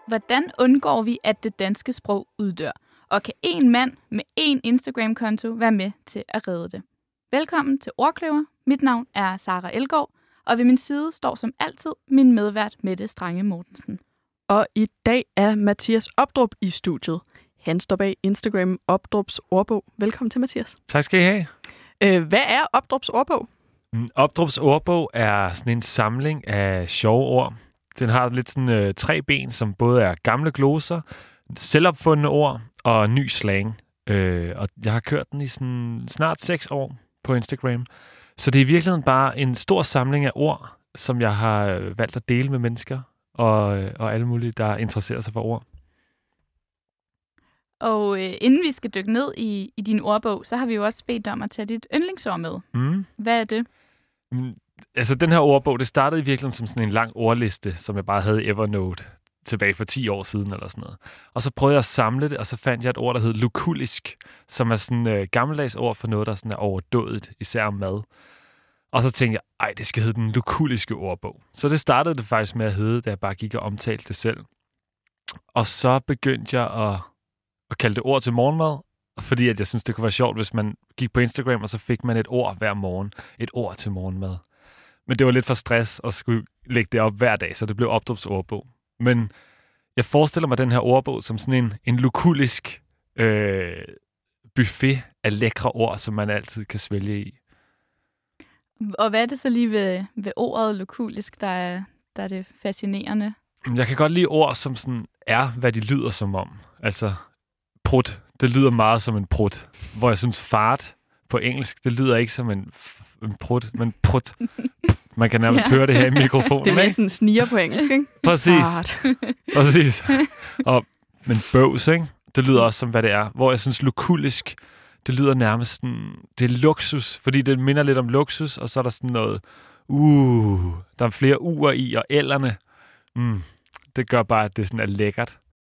Hvordan undgår vi, at det danske sprog uddør? Og kan én mand med én Instagram-konto være med til at redde det? Velkommen til Ordkløver. Mit navn er Sara Elgaard, og ved min side står som altid min medvært Mette Strange Mortensen. Og i dag er Mathias Opdrup i studiet. Han står bag Instagram Opdrups ordbog. Velkommen til, Mathias. Tak skal I have. Hvad er Opdrups ordbog? Opdrups ordbog er sådan en samling af sjove ord. Den har lidt sådan 3 ben, som både er gamle gloser, selvopfundne ord og ny slang. Og jeg har kørt den i sådan snart 6 år på Instagram. Så det er i virkeligheden bare en stor samling af ord, som jeg har valgt at dele med mennesker og alle mulige, der interesserer sig for ord. Og inden vi skal dykke ned i din ordbog, så har vi jo også bedt dig om at tage dit yndlingsord med. Hvad er det? Altså, den her ordbog, det startede i virkeligheden som sådan en lang ordliste, som jeg bare havde i Evernote tilbage for 10 år siden eller sådan noget. Og så prøvede jeg at samle det, og så fandt jeg et ord, der hed lukulisk, som er sådan et gammeldags ord for noget, der sådan er overdådigt, især om mad. Og så tænkte jeg, det skal hedde den lukuliske ordbog. Så det startede det faktisk med at hedde, da jeg bare gik og omtalte det selv. Og så begyndte jeg at kalde det ord til morgenmad, fordi at jeg synes, det kunne være sjovt, hvis man gik på Instagram, og så fik man et ord hver morgen. Et ord til morgenmad. Men det var lidt for stress at skulle lægge det op hver dag, så det blev Opdrups ordbog. Men jeg forestiller mig den her ordbog som sådan en lukulisk buffet af lækre ord, som man altid kan svælge i. Og hvad er det så lige ved ordet lukulisk, der er det fascinerende? Jeg kan godt lide ord, som sådan er, hvad de lyder som om. Altså, prut, det lyder meget som en prut. Hvor jeg synes, fart på engelsk, det lyder ikke som en prut, men prut. Man kan nærmest høre det her i mikrofonen. Det er mere sådan sniger på engelsk, ikke? Præcis. Men bøvs, ikke? Det lyder også som, hvad det er. Hvor jeg synes, lukulisk, det lyder nærmest sådan, det er luksus, fordi det minder lidt om luksus, og så er der sådan noget, der er flere u'er i, og ellerne. Det gør bare, at det sådan er lækkert.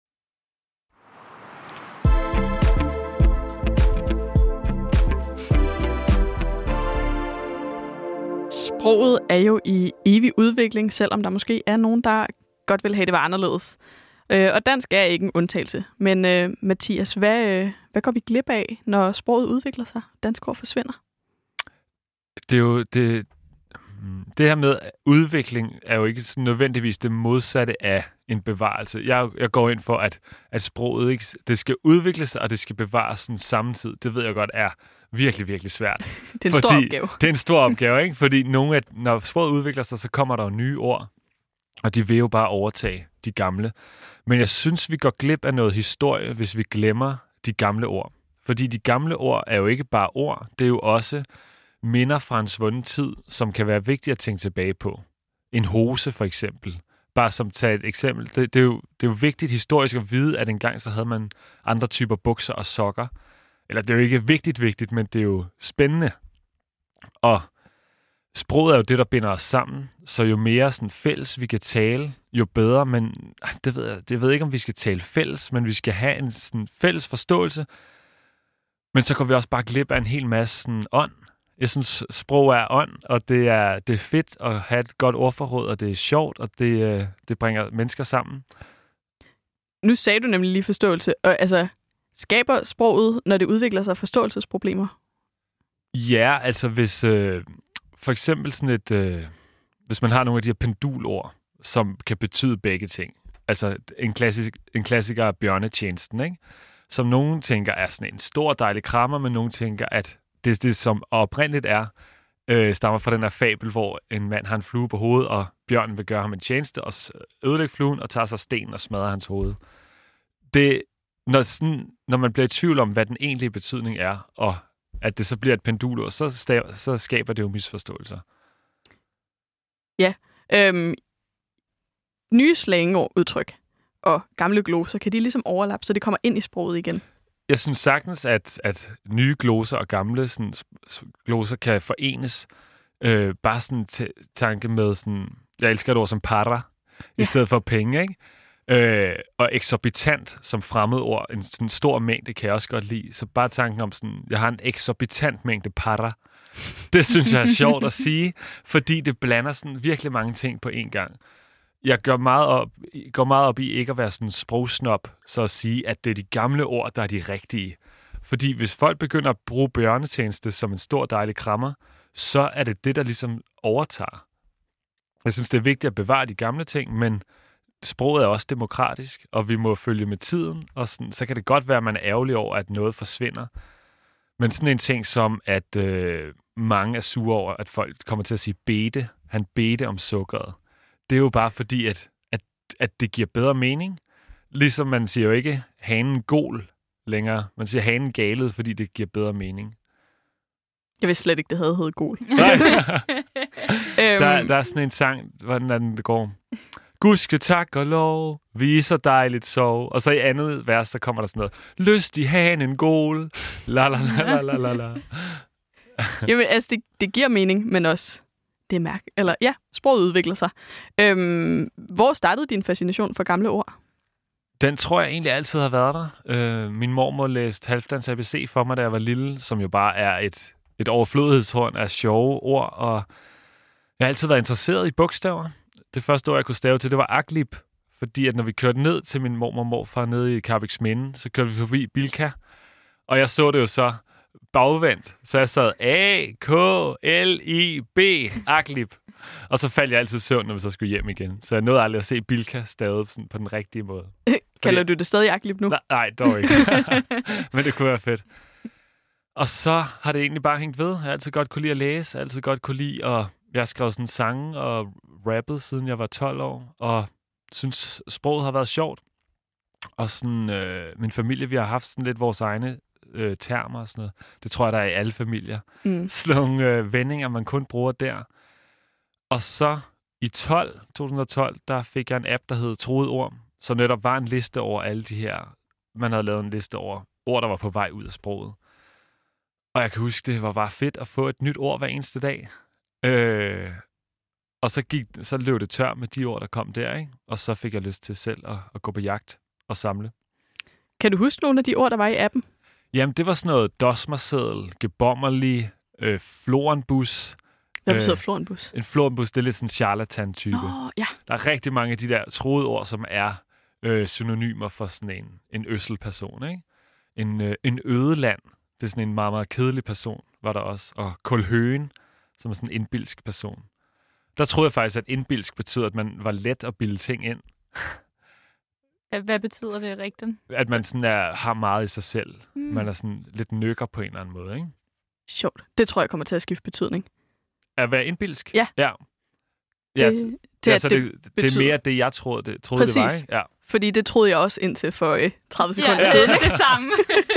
Sproget er jo i evig udvikling, selvom der måske er nogen, der godt vil have det var anderledes. Og dansk er ikke en undtagelse. Men Mathias, hvad går vi glip af, når sproget udvikler sig, dansk ord forsvinder? Det er jo det her med udvikling er jo ikke sådan nødvendigvis det modsatte af en bevarelse. Jeg går ind for, at sproget ikke, det skal udvikle sig, og det skal bevares sådan samtidig. Det ved jeg godt er virkelig, virkelig svært. Det er en stor opgave. Det er en stor opgave, ikke? Fordi når sproget udvikler sig, så kommer der jo nye ord, og de vil jo bare overtage de gamle. Men jeg synes, vi går glip af noget historie, hvis vi glemmer de gamle ord. Fordi de gamle ord er jo ikke bare ord, det er jo også minder fra en svunden tid, som kan være vigtigt at tænke tilbage på. En hose for eksempel. Bare som tage et eksempel. Det er jo vigtigt historisk at vide, at engang så havde man andre typer bukser og sokker. Eller det er jo ikke vigtigt, men det er jo spændende. Og sproget er jo det, der binder os sammen. Så jo mere sådan fælles vi kan tale, jo bedre. Men jeg ved ikke, om vi skal tale fælles, men vi skal have en sådan fælles forståelse. Men så går vi også bare glip af en hel masse sådan ånd. Jeg synes, sprog er ånd, og det er fedt at have et godt ordforråd, og det er sjovt, og det bringer mennesker sammen. Nu sagde du nemlig lige forståelse. Og, altså, skaber sproget, når det udvikler sig, forståelsesproblemer? Ja, altså hvis for eksempel sådan hvis man har nogle af de her pendulord, som kan betyde begge ting. Altså en klassiker er bjørnetjenesten, ikke? Som nogen tænker er sådan en stor dejlig krammer, men nogen tænker, at det som oprindeligt stammer fra den her fabel, hvor en mand har en flue på hovedet, og bjørnen vil gøre ham en tjeneste og ødelægge fluen og tager sig sten og smadrer hans hoved. Når man bliver i tvivl om, hvad den egentlige betydning er, og at det så bliver et pendulord, så skaber det jo misforståelser. Ja. Nye slangudtryk og gamle gloser, kan de ligesom overlappe, så det kommer ind i sproget igen? Jeg synes sagtens, at nye gloser og gamle sådan, gloser kan forenes. Bare sådan tanke med sådan, jeg elsker et ord som para, i stedet for penge, ikke? Og eksorbitant som fremmedord, en sådan stor mængde kan jeg også godt lide. Så bare tanken om sådan, jeg har en eksorbitant mængde para. Det synes jeg er sjovt at sige, fordi det blander sådan virkelig mange ting på én gang. jeg går meget op i ikke at være sådan en sprogsnop, så at sige, at det er de gamle ord, der er de rigtige. Fordi hvis folk begynder at bruge bjørnetjeneste som en stor dejlig krammer, så er det det, der ligesom overtager. Jeg synes, det er vigtigt at bevare de gamle ting, men sproget er også demokratisk, og vi må følge med tiden, og sådan, så kan det godt være, at man er ærgerlig over, at noget forsvinder. Men sådan en ting som, at mange er sure over, at folk kommer til at sige bete. Han bete om sukkeret. Det er jo bare fordi, at det giver bedre mening. Ligesom man siger jo ikke hanen gol længere. Man siger hanen galet, fordi det giver bedre mening. Jeg vidste slet ikke, det havde heddet gol. Der er sådan en sang, hvordan er den, det går? Gudske tak og lov, vi er så dejligt sov. Og så i andet vers, så kommer der sådan noget. Lyst i hanen gol, la la la la la la. Jamen, altså, det giver mening, men også det er sproget udvikler sig. Hvor startede din fascination for gamle ord? Den tror jeg egentlig altid har været der. Min mormor læste Halfdans ABC for mig, da jeg var lille, som jo bare er et overflødighedshorn af sjove ord, og jeg har altid været interesseret i bogstaver. Det første ord, jeg kunne stave til, det var Aglip, fordi at når vi kørte ned til min mormor og morfar nede i Karrebæksminde, så kørte vi forbi Bilka, og jeg så det jo så bagvendt, så jeg sad A-K-L-I-B, Aglip, og så faldt jeg altid i søvn, når vi så skulle hjem igen. Så jeg nåede aldrig at se Bilka stadig sådan på den rigtige måde. Kalder du det stadig Aglip nu? Nej, dog ikke. Men det kunne være fedt. Og så har det egentlig bare hængt ved. Jeg har altid godt kunne lide at læse, altid godt kunne lide at... Jeg har skrevet sådan sange og rappet, siden jeg var 12 år, og synes, sproget har været sjovt. Og sådan, min familie, vi har haft sådan lidt vores egne termer og sådan noget. Det tror jeg, der er i alle familier. Sådan nogle vendinger, man kun bruger der. Og så i 2012, der fik jeg en app, der hed Troede Ord, som netop var en liste over alle de her... Man havde lavet en liste over ord, der var på vej ud af sproget. Og jeg kan huske, det var bare fedt at få et nyt ord hver eneste dag. Og så løb det tør med de ord, der kom der, ikke? Og så fik jeg lyst til selv at gå på jagt og samle. Kan du huske nogle af de ord, der var i appen? Jamen, det var sådan noget dosmerseddel, gebommerlig, florenbus. Hvad betyder florenbus? En florenbus, det er lidt sådan en charlatan-type. Ja. Der er rigtig mange af de der troede ord, som er synonymer for sådan en øsselperson, ikke? En ødeland, det er sådan en meget, meget kedelig person, var der også. Og kulhøen, som er sådan en indbilsk person. Der troede jeg faktisk, at indbilsk betyder, at man var let at bilde ting ind. Hvad betyder det rigtigt? At man sådan har meget i sig selv. Man er sådan lidt nykker på en eller anden måde, ikke? Sjovt. Det tror jeg kommer til at skifte betydning. At være indbilsk? Ja. Ja. Det er mere det, jeg troede det var, ikke? Ja. Fordi det troede jeg også indtil for 30 sekunder siden. Ja, det samme.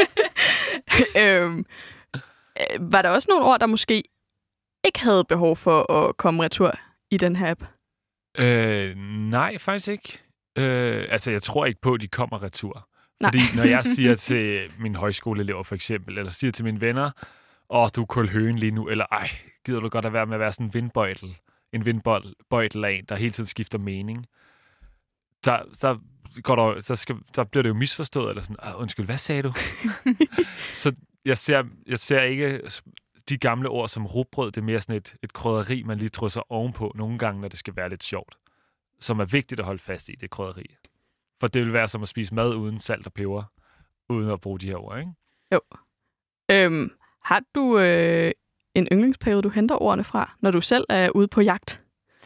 Var der også nogle ord, der måske ikke havde behov for at komme retur i den her app? Nej, faktisk ikke. Jeg tror ikke på, at de kommer retur. Nej. Fordi når jeg siger til mine højskoleelever for eksempel, eller siger til mine venner, du er kulhøen lige nu, eller gider du godt at være med at være sådan en vindbøjtel? En vindbøjtel af en, der hele tiden skifter mening. Der bliver det jo misforstået, eller sådan, undskyld, hvad sagde du? Så jeg ser ikke de gamle ord som rugbrød, det er mere sådan et krydderi, man lige drysser ovenpå nogle gange, når det skal være lidt sjovt. Som er vigtigt at holde fast i, det krydderi. For det vil være som at spise mad uden salt og peber, uden at bruge de her ord, ikke? Jo. Har du en yndlingsperiode, du henter ordene fra, når du selv er ude på jagt?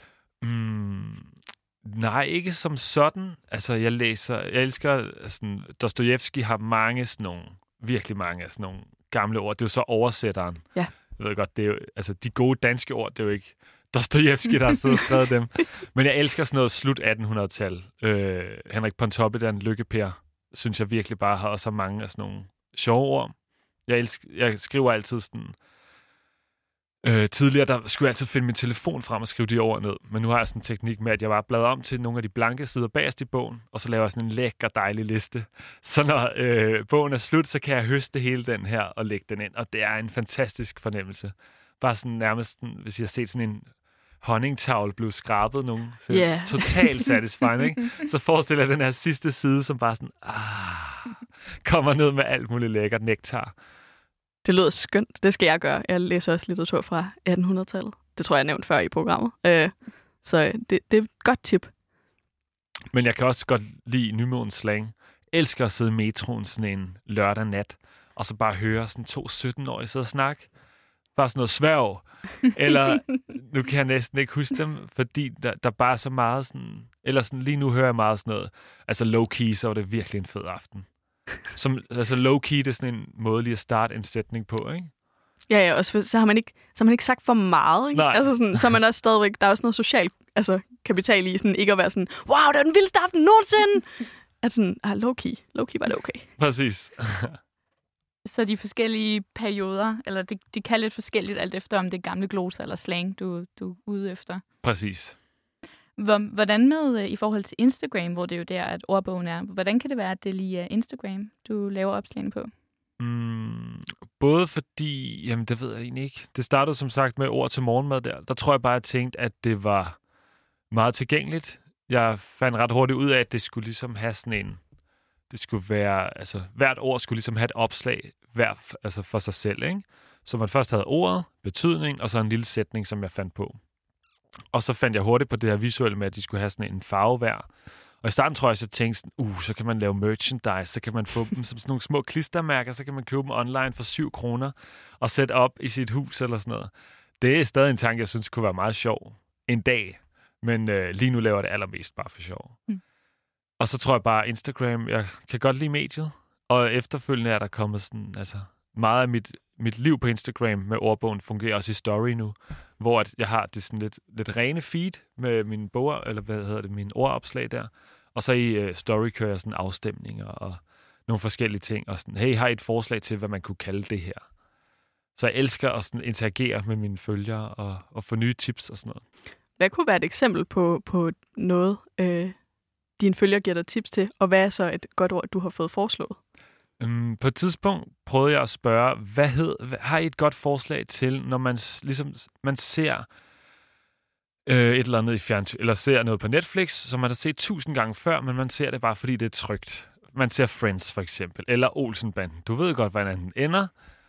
Nej, ikke som sådan. Altså, jeg elsker sådan, Dostojevskij har virkelig mange af sådan nogle gamle ord. Det er jo så oversætteren. Ja. Jeg ved godt, det er jo, altså de gode danske ord, det er jo ikke Dostojevskij, der har siddet og skrevet dem. Men jeg elsker sådan noget slut 1800-tal. Henrik Pontoppidan, Lykke-Per, synes jeg virkelig bare har også mange af sådan nogle sjove ord. Jeg skriver altid sådan... Tidligere, der skulle jeg altid finde min telefon frem og skrive de ord ned. Men nu har jeg sådan en teknik med, at jeg bare bladrer om til nogle af de blanke sider bagerst i bogen, og så laver jeg sådan en lækker, dejlig liste. Så når bogen er slut, så kan jeg høste hele den her og lægge den ind. Og det er en fantastisk fornemmelse. Bare sådan nærmest, hvis jeg har set sådan en honningtavle blive skrabet nogen. Så totalt satisfying, ikke? Så forestiller jeg den her sidste side, som bare sådan, kommer ned med alt muligt lækkert nektar. Det lyder skønt. Det skal jeg gøre. Jeg læser også litteratur fra 1800-tallet. Det tror jeg nævnt før i programmet. Så det er et godt tip. Men jeg kan også godt lide nymodens slang. Elsker at sidde i metroen sådan en lørdag nat, og så bare høre sådan 2 17-årige sidde og snakke. Bare sådan noget sværg. Eller, nu kan jeg næsten ikke huske dem, fordi der bare er så meget sådan... Eller sådan, lige nu hører jeg meget sådan noget. Altså low-key, så var det virkelig en fed aften. Altså low-key, det er sådan en måde lige at starte en sætning på, ikke? Ja, også, så har man ikke sagt for meget, ikke? Nej. Altså sådan, så er man også stadigvæk, der er også noget social kapital i, sådan ikke at være sådan, wow, det var den vildeste aften nogensinde! Altså sådan, low-key var det okay. Præcis. Så de forskellige perioder, eller det kan lidt forskelligt alt efter, om det er gamle gloser eller slang, du er ude efter. Præcis. Hvordan med i forhold til Instagram, hvor det er jo der, at ordbogen er? Hvordan kan det være, at det lige er Instagram, du laver opslagene på? Både fordi, jamen det ved jeg egentlig ikke. Det startede som sagt med ord til morgenmad der. Der tror jeg bare, jeg tænkte, at det var meget tilgængeligt. Jeg fandt ret hurtigt ud af, at det skulle ligesom have sådan en... Det skulle være... Altså, hvert ord skulle ligesom have et opslag altså for sig selv, ikke? Så man først havde ordet, betydning, og så en lille sætning, som jeg fandt på. Og så fandt jeg hurtigt på det her visuelle med, at de skulle have sådan en farve hver. Og i starten tror jeg, så tænkte sådan, så kan man lave merchandise, så kan man få dem som sådan nogle små klistermærker, så kan man købe dem online for 7 kroner og sætte op i sit hus eller sådan noget. Det er stadig en tanke, jeg synes kunne være meget sjov en dag, men lige nu laver jeg det allermest bare for sjov. Og så tror jeg bare, Instagram, jeg kan godt lide mediet, og efterfølgende er der kommet sådan, altså meget af mit liv på Instagram med ordbogen fungerer også i story nu, hvor at jeg har det sådan lidt rene feed med mine boger, eller mine ordopslag der, og så i story kører jeg sådan afstemninger og nogle forskellige ting, og sådan, hey, har I et forslag til, hvad man kunne kalde det her? Så jeg elsker at sådan interagere med mine følgere og få nye tips og sådan noget. Hvad kunne være et eksempel på noget, dine følgere giver dig tips til, og hvad er så et godt ord, du har fået foreslået? På et tidspunkt prøvede jeg at spørge, har I et godt forslag til, når man ser et eller andet i fjernsyn, eller ser noget på Netflix, som man har set 1000 gange før, men man ser det bare, fordi det er trygt. Man ser Friends for eksempel, eller Olsenbanden. Du ved godt, hvordan den ender,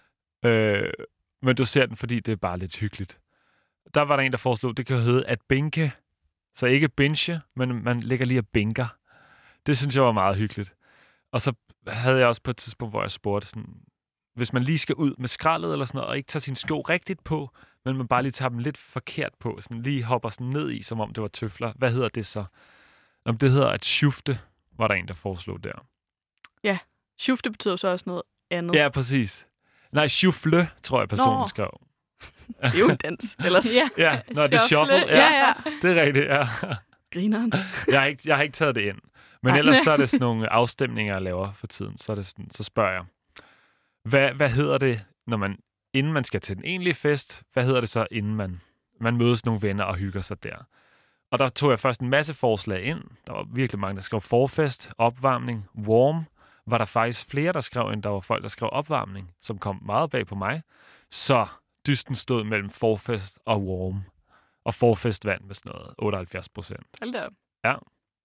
men du ser den, fordi det er bare lidt hyggeligt. Der var der en, der foreslog, det kan jo hedde at binge. Så ikke binge, men man ligger lige og binker. Det synes jeg var meget hyggeligt. Og så havde jeg også på et tidspunkt, hvor jeg spurgte sådan, hvis man lige skal ud med skraldet eller sådan noget, og ikke tager sine sko rigtigt på, men man bare lige tager dem lidt forkert på, sådan lige hopper sådan ned i, som om det var tøfler. Hvad hedder det så? Om det hedder at shufte, var der en, der foreslog der. Ja, shufte betyder så også noget andet. Ja, præcis. Nej, shufle, tror jeg personen skrev. Det er jo en dans, ellers. Ja, det er shuffle. Ja. Det er rigtigt, ja. Grineren. Jeg har ikke taget det ind. Men ellers så er det sådan nogle afstemninger, jeg laver for tiden. Så er det sådan, så spørger jeg, hvad hedder det, inden man skal til den egentlige fest? Hvad hedder det så, inden man mødes nogle venner og hygger sig der? Og der tog jeg først en masse forslag ind. Der var virkelig mange, der skrev forfest, opvarmning, warm. Var der faktisk flere, der skrev, end der var folk, der skrev opvarmning, som kom meget bag på mig. Så dysten stod mellem forfest og warm. Og forfest vandt med sådan noget 78%. Hold da op. Ja.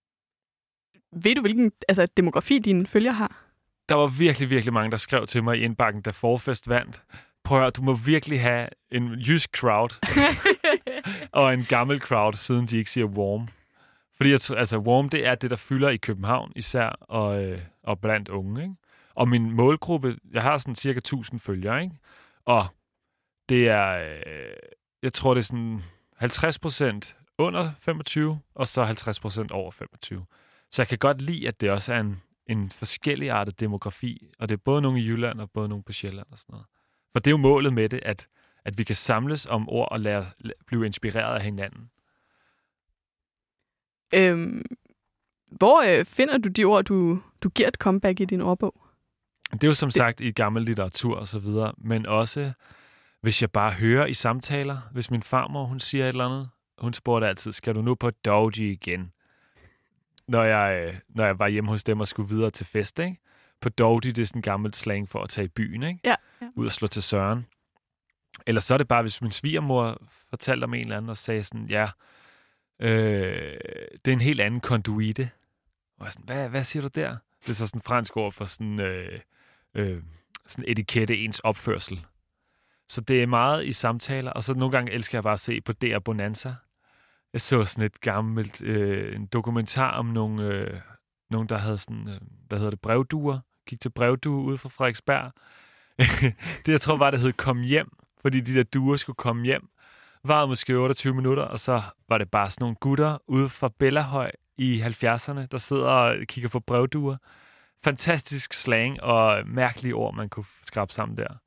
Ved du, hvilken demografi dine følgere har? Der var virkelig, virkelig mange, der skrev til mig i indbakken, da forfest vandt. Prøv at høre, du må virkelig have en jysk crowd og en gammel crowd, siden de ikke siger warm. Fordi warm, det er det, der fylder i København især, og blandt unge, ikke? Og min målgruppe, jeg har sådan cirka 1000 følgere, ikke? Og det er, jeg tror, det er sådan 50% under 25, og så 50% over 25. Så jeg kan godt lide, at det også er en forskelligartet demografi, og det er både nogle i Jylland, og både nogle på Sjælland og sådan noget. For det er jo målet med det, at vi kan samles om ord og blive inspireret af hinanden. Hvor finder du de ord, du giver et comeback i din ordbog? Det er jo som sagt i gammel litteratur og så videre, men også hvis jeg bare hører i samtaler, hvis min farmor, hun siger et eller andet, hun spurgte altid, skal du nu på Doji igen? Når jeg var hjemme hos dem og skulle videre til fest, ikke? På Doji, det er sådan en gammelt slang for at tage i byen, ikke? Ja. Ud og slå til søren. Eller så er det bare, hvis min svigermor fortalte om en eller anden og sagde sådan, det er en helt anden konduite. Og jeg sådan, hvad siger du der? Det er så sådan en fransk ord for sådan etikette, ens opførsel. Så det er meget i samtaler, og så nogle gange elsker jeg bare at se på DR Bonanza. Jeg så sådan et gammelt en dokumentar om nogen der havde sådan, brevduer. Gik til brevdue ude fra Frederiksberg. Det, jeg tror var, det hed Kom hjem, fordi de der duer skulle komme hjem. Varede måske 28 minutter, og så var det bare sådan nogle gutter ude fra Bellahøj i 70'erne, der sidder og kigger på brevduer. Fantastisk slang og mærkelige ord, man kunne skrabe sammen der.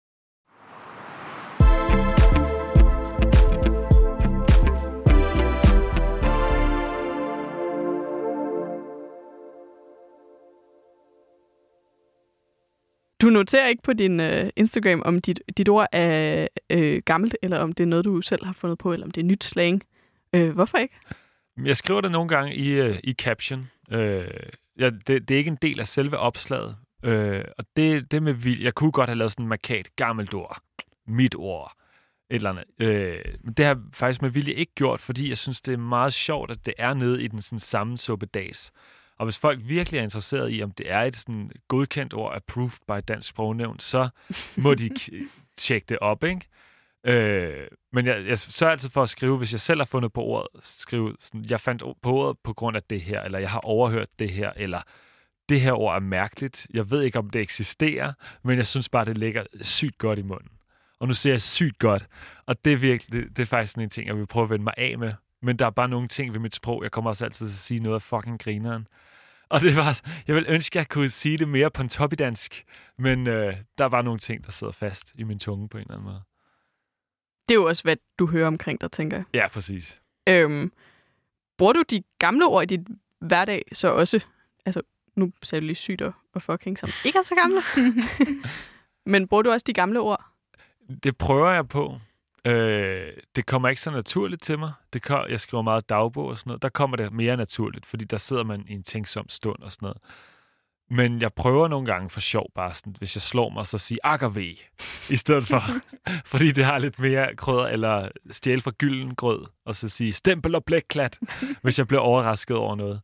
Du noterer ikke på din Instagram, om dit ord er gammelt, eller om det er noget, du selv har fundet på, eller om det er nyt slang. Hvorfor ikke? Jeg skriver det nogle gange i caption. Det er ikke en del af selve opslaget. Og det med vildt. Jeg kunne godt have lavet sådan en markat, gammelt ord, mit ord, et eller andet. Men det har jeg faktisk med vilje ikke gjort, fordi jeg synes, det er meget sjovt, at det er nede i den sådan sammensuppedags. Og hvis folk virkelig er interesseret i, om det er et sådan godkendt ord, approved by Dansk Sprognævn, så må de tjekke det op, ikke? Men jeg sørger altid for at skrive, hvis jeg selv har fundet på ordet, skrive sådan, jeg fandt på ordet på grund af det her, eller jeg har overhørt det her, eller det her ord er mærkeligt. Jeg ved ikke, om det eksisterer, men jeg synes bare, det ligger sygt godt i munden. Og nu siger jeg sygt godt, og det er virkelig, det er faktisk sådan en ting, jeg vil prøve at vende mig af med. Men der er bare nogle ting ved mit sprog, jeg kommer også altid til at sige noget af fucking grineren. Og det var, jeg ville ønske, at jeg kunne sige det mere på en topidansk, men der var nogle ting, der sidder fast i min tunge på en eller anden måde. Det er jo også, hvad du hører omkring dig, tænker jeg. Ja, præcis. Bruger du de gamle ord i dit hverdag så også? Altså, nu sagde du lige sygt og fucking, som ikke er så gamle. Men bruger du også de gamle ord? Det prøver jeg på. Det kommer ikke så naturligt til mig. Jeg skriver meget dagbog og sådan noget. Der kommer det mere naturligt, fordi der sidder man i en tænksom stund og sådan noget. Men jeg prøver nogle gange for sjov bare sådan, hvis jeg slår mig, så sige akkerve i stedet for. Fordi det har lidt mere krydder, eller stjæle fra gyldengrød, og så sige stempel og blækklat, hvis jeg bliver overrasket over noget.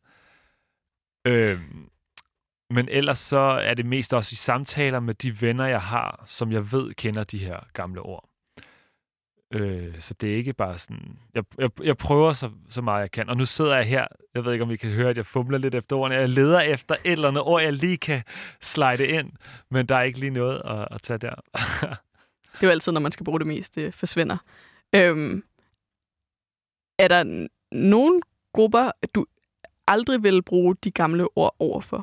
Men ellers så er det mest også i samtaler med de venner, jeg har, som jeg ved kender de her gamle ord. Så det er ikke bare sådan... Jeg prøver så meget, jeg kan. Og nu sidder jeg her. Jeg ved ikke, om I kan høre, at jeg fumler lidt efter ordene. Jeg leder efter et eller andet ord, jeg lige kan slide ind. Men der er ikke lige noget at tage der. Det er jo altid, når man skal bruge det mest, det forsvinder. Er der nogle grupper, du aldrig vil bruge de gamle ord overfor?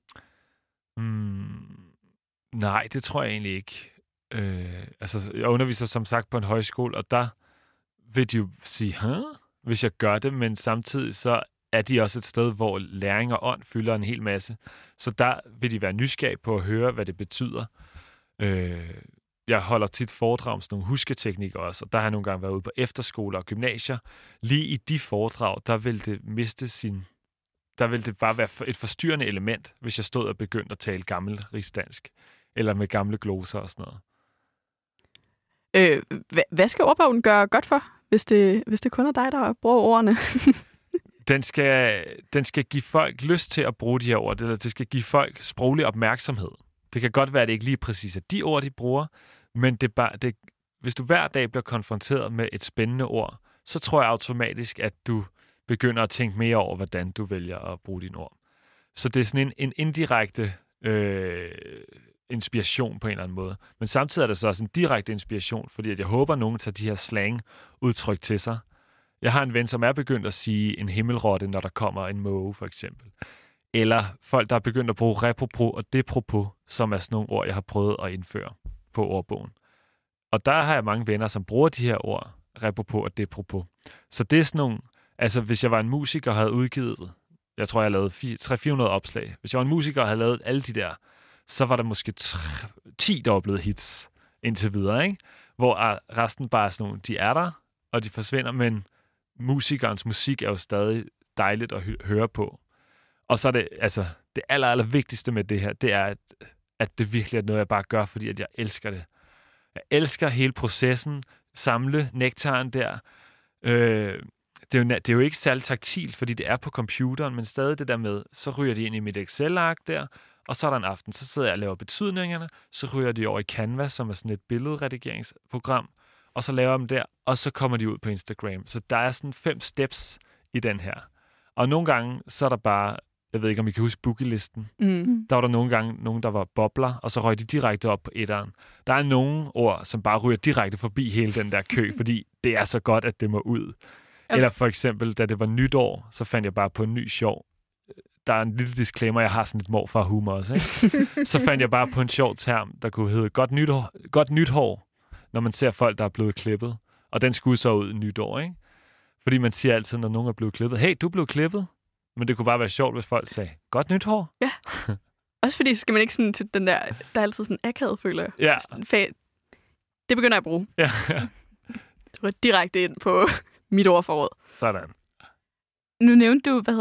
Nej, det tror jeg egentlig ikke. Jeg underviser som sagt på en højskole, og der vil de jo sige, hvis jeg gør det, men samtidig så er de også et sted, hvor læring og ånd fylder en hel masse. Så der vil de være nysgerrige på at høre, hvad det betyder. Jeg holder tit foredrag om sådan nogle husketeknikker også, og der har jeg nogle gange været ude på efterskoler og gymnasier. Lige i de foredrag, der vil det der vil det bare være et forstyrrende element, hvis jeg stod og begyndte at tale gammel rigsdansk, eller med gamle gloser og sådan noget. Hvad skal ordbogen gøre godt for, hvis det kun er dig, der bruger ordene? Den skal give folk lyst til at bruge de her ord, eller det skal give folk sproglig opmærksomhed. Det kan godt være, at det ikke lige præcis er de ord, de bruger, men hvis du hver dag bliver konfronteret med et spændende ord, så tror jeg automatisk, at du begynder at tænke mere over, hvordan du vælger at bruge dine ord. Så det er sådan en indirekte inspiration på en eller anden måde. Men samtidig er det så også en direkte inspiration, fordi at jeg håber, at nogen tager de her slang-udtryk til sig. Jeg har en ven, som er begyndt at sige en himmelrotte, når der kommer en måge, for eksempel. Eller folk, der er begyndt at bruge repropos og depropos, som er sådan nogle ord, jeg har prøvet at indføre på ordbogen. Og der har jeg mange venner, som bruger de her ord, repropos og depropos. Så det er sådan nogle, altså hvis jeg var en musiker og havde udgivet, jeg tror, jeg lavede 300-400 opslag. Hvis jeg var en musiker og havde lavet alle de der, så var der måske 10 doblede hits indtil videre, ikke? Hvor resten bare er sådan nogle, de er der, og de forsvinder, men musikernes musik er jo stadig dejligt at høre på. Og så er det, altså, det aller vigtigste med det her, det er, at det virkelig er noget, jeg bare gør, fordi at jeg elsker det. Jeg elsker hele processen, samle nektaren der. Det er jo ikke særlig taktilt, fordi det er på computeren, men stadig det der med, så ryger de ind i mit Excel-ark der, og så er der en aften, så sidder jeg og laver betydningerne, så ryger de over i Canva, som er sådan et billedredigeringsprogram, og så laver jeg dem der, og så kommer de ud på Instagram. Så der er sådan 5 steps i den her. Og nogle gange, så er der bare, jeg ved ikke, om I kan huske boogie-listen. Der var der nogle gange nogen, der var bobler, og så røg de direkte op på etteren. Der er nogle ord, som bare ryger direkte forbi hele den der kø, fordi det er så godt, at det må ud. Okay. Eller for eksempel, da det var nytår, så fandt jeg bare på en ny sjov. Der er en lille disclaimer, jeg har sådan lidt morfar-humor også, ikke? Så fandt jeg bare på en sjov term, der kunne hedde godt nytår, når man ser folk, der er blevet klippet. Og den skulle så ud nytår, ikke? Fordi man siger altid, når nogen er blevet klippet, hey, du er blevet klippet. Men det kunne bare være sjovt, hvis folk sagde, godt nytår. Ja. Også fordi, så skal man ikke sådan til den der er altid sådan akavet, føler jeg. Ja. Det begynder jeg at bruge. Ja. Det var direkte ind på mit ordforråd. Sådan. Nu nævnte du,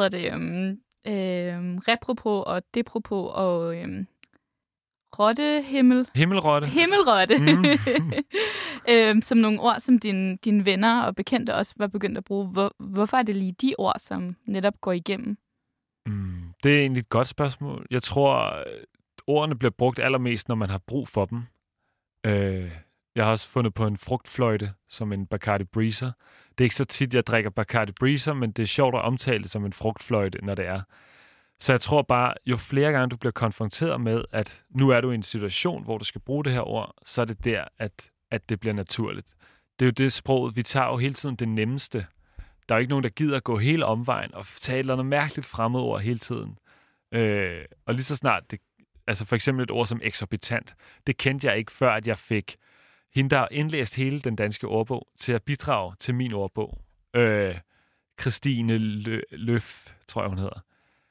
repropos og depropos og rottehimmel. Himmelrotte. Himmelrotte. Som nogle ord, som dine venner og bekendte også var begyndt at bruge. Hvorfor er det lige de ord, som netop går igennem? Det er egentlig et godt spørgsmål. Jeg tror, ordene bliver brugt allermest, når man har brug for dem. Jeg har også fundet på en frugtfløjte som en Bacardi Breezer. Det er ikke så tit, jeg drikker Bacardi Breezer, men det er sjovt at omtale det som en frugtfløjte, når det er. Så jeg tror bare, jo flere gange du bliver konfronteret med, at nu er du i en situation, hvor du skal bruge det her ord, så er det der, at det bliver naturligt. Det er jo det sprog, vi tager jo hele tiden det nemmeste. Der er jo ikke nogen, der gider at gå hele omvejen og tage et eller andet mærkeligt fremmedord hele tiden. Og lige så snart, altså for eksempel et ord som eksorbitant, det kendte jeg ikke før, at jeg fik hende, der har indlæst hele den danske ordbog, til at bidrage til min ordbog. Christine Løf, tror jeg, hun hedder.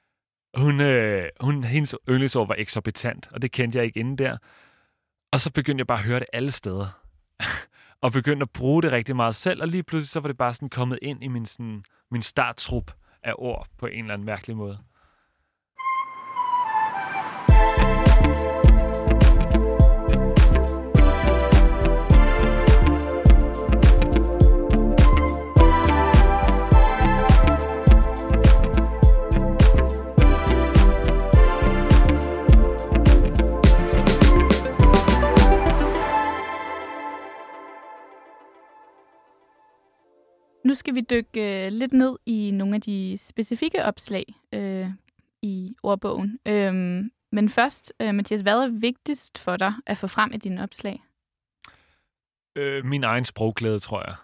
Hendes yndlingsord var eksorbitant, og det kendte jeg ikke inden der. Og så begyndte jeg bare at høre det alle steder. Og begyndte at bruge det rigtig meget selv, og lige pludselig så var det bare sådan kommet ind i min starttrup af ord på en eller anden mærkelig måde. Nu skal vi dykke lidt ned i nogle af de specifikke opslag i ordbogen. Men først, Mathias, hvad er vigtigst for dig at få frem i dine opslag? Min egen sprogglæde, tror jeg.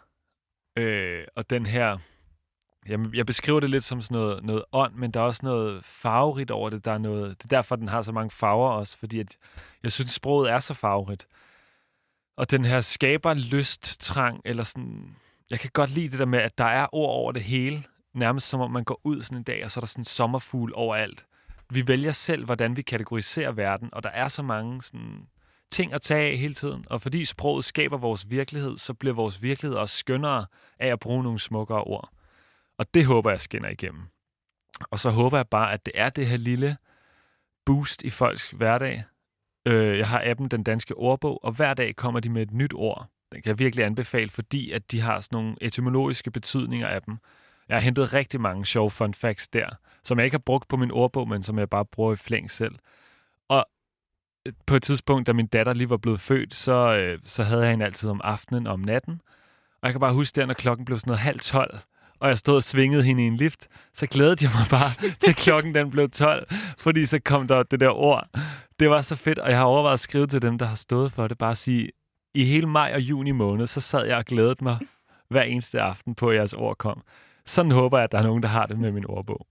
Og den her... Jeg beskriver det lidt som sådan noget ånd, men der er også noget farverigt over det. Det er derfor, den har så mange farver også, fordi at jeg synes, sproget er så farverigt. Og den her skaber lyst, trang, eller sådan... Jeg kan godt lide det der med, at der er ord over det hele. Nærmest som om man går ud sådan en dag, og så er der sådan en sommerfugl overalt. Vi vælger selv, hvordan vi kategoriserer verden, og der er så mange sådan, ting at tage af hele tiden. Og fordi sproget skaber vores virkelighed, så bliver vores virkelighed også skønnere af at bruge nogle smukkere ord. Og det håber jeg skinner igennem. Og så håber jeg bare, at det er det her lille boost i folks hverdag. Jeg har appen Den Danske Ordbog, og hver dag kommer de med et nyt ord. Den kan jeg virkelig anbefale, fordi at de har sådan nogle etymologiske betydninger af dem. Jeg har hentet rigtig mange sjove fun facts der, som jeg ikke har brugt på min ordbog, men som jeg bare bruger i flæng selv. Og på et tidspunkt, da min datter lige var blevet født, så havde jeg hende altid om aftenen og om natten. Og jeg kan bare huske der, når klokken blev sådan noget 11:30, og jeg stod og svingede hende i en lift, så glædede jeg mig bare til klokken den blev 12, fordi så kom der det der ord. Det var så fedt, og jeg har overvejet at skrive til dem, der har stået for det, bare at sige, i hele maj og juni måned, så sad jeg og glædede mig hver eneste aften på, at jeres ord kom. Sådan håber jeg, at der er nogen, der har det med min ordbog.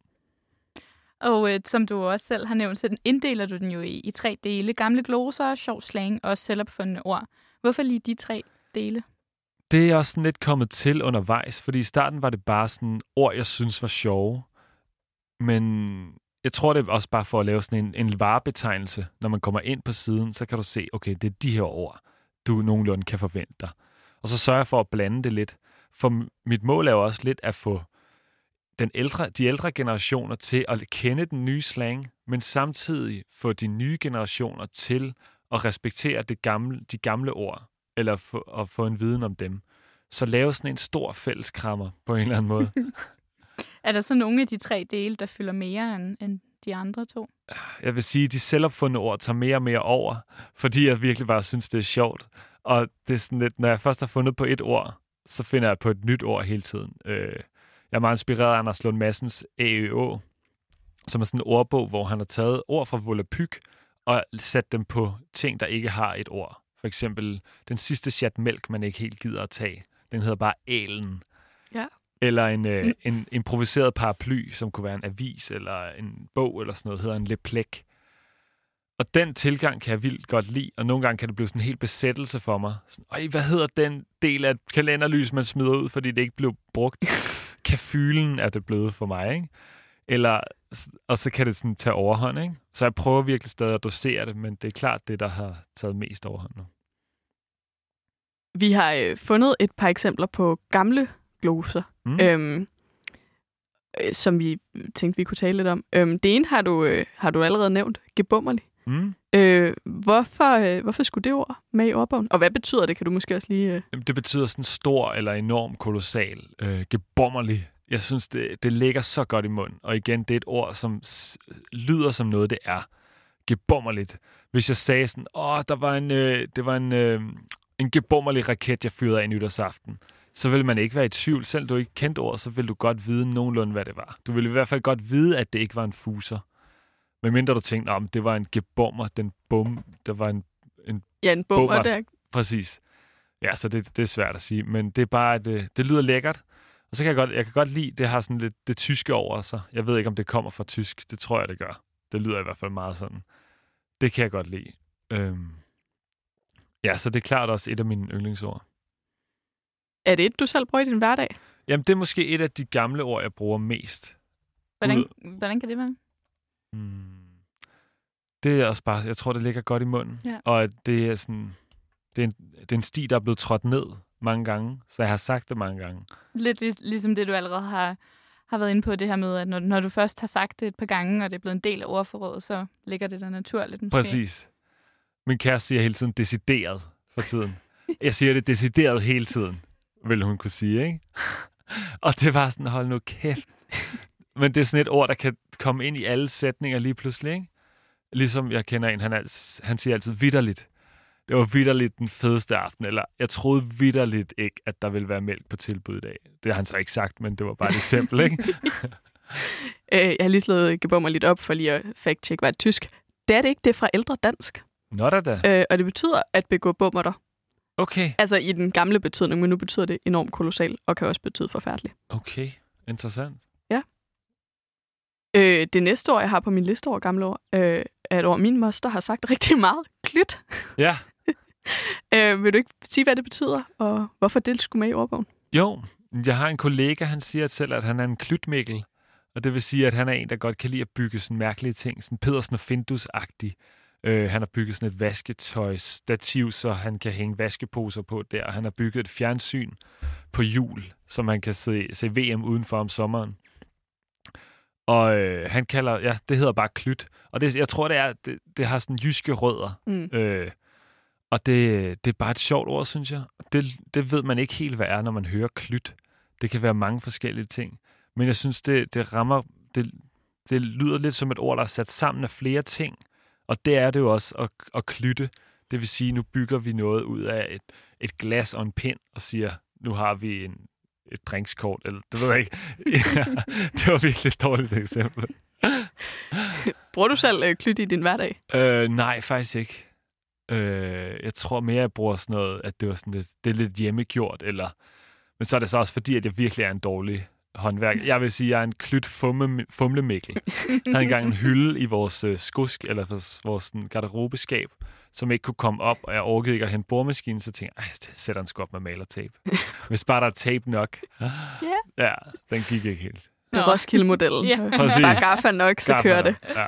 Og som du også selv har nævnt, så inddeler du den jo i 3 dele. Gamle gloser, sjov slang og selvopfundne ord. Hvorfor lige de 3 dele? Det er også sådan lidt kommet til undervejs, fordi i starten var det bare sådan ord, jeg synes var sjove. Men jeg tror, det er også bare for at lave sådan en varebetegnelse. Når man kommer ind på siden, så kan du se, okay, det er de her ord, du nogenlunde kan forvente dig. Og så sørger jeg for at blande det lidt. For mit mål er jo også lidt at få de ældre generationer til at kende den nye slang, men samtidig få de nye generationer til at respektere de gamle ord, eller at få en viden om dem. Så lave sådan en stor fælleskrammer på en eller anden måde. Er der så nogle af de 3 dele, der fylder mere end de andre 2? Jeg vil sige, at de selvopfundne ord tager mere og mere over, fordi jeg virkelig bare synes, det er sjovt. Og det er sådan lidt, når jeg først har fundet på et ord, så finder jeg på et nyt ord hele tiden. Jeg er meget inspireret af Anders Lund Madsens AØO, som er sådan en ordbog, hvor han har taget ord fra volapyk og sat dem på ting, der ikke har et ord. For eksempel den sidste chat mælk, man ikke helt gider at tage. Den hedder bare ælen. Ja. Eller en improviseret paraply, som kunne være en avis eller en bog eller sådan noget, hedder en leplæk. Og den tilgang kan jeg vildt godt lide, og nogle gange kan det blive sådan en helt besættelse for mig. Sådan, hvad hedder den del af kalenderlys, man smider ud, fordi det ikke blev brugt? Kafylen er det blevet for mig, ikke? Og så kan det sådan tage overhånd, ikke? Så jeg prøver virkelig stadig at dosere det, men det er klart det, der har taget mest overhånd nu. Vi har fundet et par eksempler på gamle gloser, som vi tænkte, vi kunne tale lidt om. Det ene har du allerede nævnt, gebummerlig. Hvorfor skulle det ord med i ordbogen? Og hvad betyder det? Kan du måske også lige... Det betyder sådan stor eller enorm, kolossal, gebummerlig. Jeg synes, det ligger så godt i munden. Og igen, det er et ord, som lyder som noget, det er. Gebummerligt. Hvis jeg sagde sådan, det var en gebummerlig raket, jeg fyrede af nytårsaften, så vil man ikke være i tvivl. Selv du ikke kendte ord, så vil du godt vide nogenlunde, hvad det var. Du vil i hvert fald godt vide, at det ikke var en fuser. Medmindre du tænkte, det var en gebummer, der var en en bummer der. Præcis. Ja, så det er svært at sige, men det er bare, det lyder lækkert. Og så kan jeg kan godt lide, det har sådan lidt det tyske over sig. Jeg ved ikke, om det kommer fra tysk. Det tror jeg, det gør. Det lyder i hvert fald meget sådan. Det kan jeg godt lide. Ja, så det er klart også et af mine yndlingsord. Er det et, du selv bruger i din hverdag? Jamen, det er måske et af de gamle ord, jeg bruger mest. Hvordan kan det være? Det er også bare, jeg tror, det ligger godt i munden. Ja. Og det er sådan, det er en sti, der er blevet trådt ned mange gange, så jeg har sagt det mange gange. Lidt ligesom det, du allerede har været inde på, det her med, at når du først har sagt det et par gange, og det er blevet en del af ordforrådet, så ligger det der naturligt måske. Præcis. Min kæreste siger hele tiden decideret for tiden. Jeg siger det decideret hele tiden, vil hun kunne sige, ikke? Og det var sådan, hold nu kæft. Men det er sådan et ord, der kan komme ind i alle sætninger lige pludselig, ikke? Ligesom jeg kender en, han siger altid vitterligt. Det var vitterligt den fedeste aften, eller jeg troede vitterligt ikke, at der ville være mælk på tilbud i dag. Det har han så ikke sagt, men det var bare et eksempel, ikke? Jeg har lige slået gebummer lidt op for lige at fact-check, hvad er tysk. Det er det ikke, det er fra ældre dansk. Nå da. Og det betyder at begå bummerter. Okay. Altså i den gamle betydning, men nu betyder det enormt kolossal, og kan også betyde forfærdelig. Okay, interessant. Ja. Det næste ord, jeg har på min liste over gamle ord, er et ord, min moster har sagt rigtig meget. Klyt. Ja. Vil du ikke sige, hvad det betyder, og hvorfor det skulle med i ordbogen? Jo, jeg har en kollega, han siger selv, at han er en klytmikkel. Og det vil sige, at han er en, der godt kan lide at bygge sådan mærkelige ting. Sådan Pedersen og Findus-agtig. Han har bygget sådan et vasketøjsstativ, så han kan hænge vaskeposer på der. Han har bygget et fjernsyn på hjul, så man kan se VM udenfor om sommeren. Og han kalder, det hedder bare klyt. Og jeg tror, det har sådan jyske rødder. Og det er bare et sjovt ord, synes jeg. Det ved man ikke helt, hvad er, når man hører klyt. Det kan være mange forskellige ting. Men jeg synes, det rammer... Det lyder lidt som et ord, der er sat sammen af flere ting. Og det er det jo også at klytte. Det vil sige, nu bygger vi noget ud af et glas og en pind, og siger, nu har vi et drinkskort. Eller det ved jeg ikke. Ja, det var virkelig et dårligt eksempel. Bruger du selv klyt i din hverdag? Nej, faktisk ikke. Jeg tror mere, jeg bruger sådan noget, at det var sådan lidt, det er lidt hjemmegjort, men så er det så også fordi, at jeg virkelig er en dårlig håndværker. Jeg vil sige, at jeg er en klyt fumlemikkel. Jeg havde engang en hylde i vores skusk, eller vores sådan, garderobeskab, som ikke kunne komme op, og jeg orkede ikke at hente boremaskinen, så tænkte jeg, det sætter en skub med malertape. Hvis bare der er tape nok. Ja, den gik ikke helt. Det er Roskilde-modellen. Ja. Præcis. Der er gaffa nok, så kører det. Ja.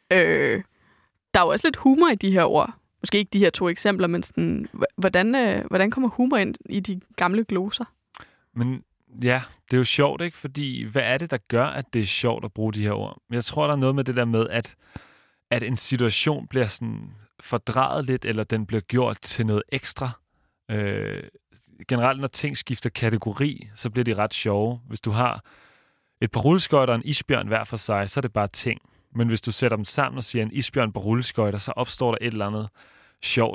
Der er jo også lidt humor i de her ord. Måske ikke de her 2 eksempler, men sådan, hvordan kommer humor ind i de gamle gloser? Men ja, det er jo sjovt, ikke? Fordi hvad er det, der gør, at det er sjovt at bruge de her ord? Jeg tror, der er noget med det der med, at en situation bliver sådan fordrejet lidt, eller den bliver gjort til noget ekstra. Generelt, når ting skifter kategori, så bliver de ret sjove. Hvis du har et par rulleskøjter og en isbjørn hver for sig, så er det bare ting. Men hvis du sætter dem sammen og siger en isbjørn på rulleskøjter, så opstår der et eller andet sjovt, ikke?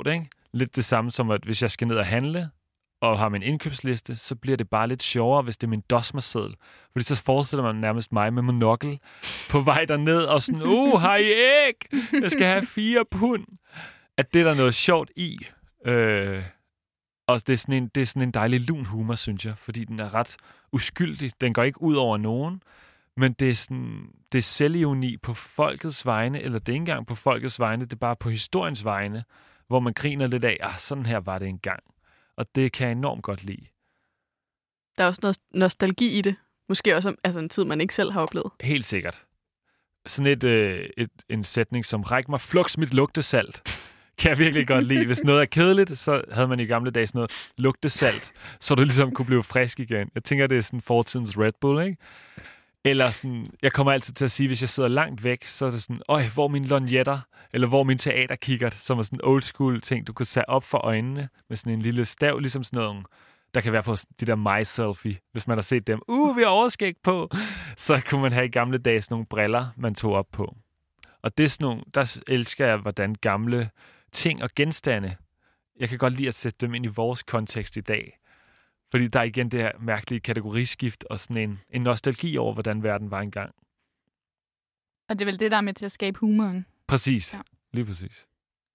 lidt det samme som, at hvis jeg skal ned og handle, og har min indkøbsliste, så bliver det bare lidt sjovere, hvis det er min dosmerseddel. Fordi så forestiller man nærmest mig med monokkel på vej derned, og sådan, har I æg? Jeg skal have 4 pund. At det er der noget sjovt i. Og det er sådan en dejlig lun humor, synes jeg, fordi den er ret uskyldig. Den går ikke ud over nogen, men det er selvironi på folkets vegne, eller det er ikke engang på folkets vegne, det er bare på historiens vegne, hvor man griner lidt af, sådan her var det engang. Og det kan jeg enormt godt lide. Der er også noget nostalgi i det. Måske også om en tid, man ikke selv har oplevet. Helt sikkert. Sådan en sætning som, ræk mig flux mit lugtesalt, kan jeg virkelig godt lide. Hvis noget er kedeligt, så havde man i gamle dage sådan noget lugtesalt, så du ligesom kunne blive frisk igen. Jeg tænker, det er sådan fortidens Red Bull, ikke? Eller sådan, jeg kommer altid til at sige, hvis jeg sidder langt væk, så er det sådan, hvor er mine lorgnetter? Eller hvor er min teaterkikkert? Som er sådan en old school ting, du kunne sætte op for øjnene med sådan en lille stav, ligesom sådan noget, der kan være på de der my-selfie. Hvis man har set dem, vi har overskæg på, så kunne man have i gamle dage sådan nogle briller, man tog op på. Og det er sådan nogle, der elsker jeg, hvordan gamle ting og genstande, jeg kan godt lide at sætte dem ind i vores kontekst i dag. Fordi der er igen det her mærkelige kategoriskift og sådan en nostalgi over, hvordan verden var engang. Og det er vel det, der er med til at skabe humoren. Præcis. Ja. Lige præcis.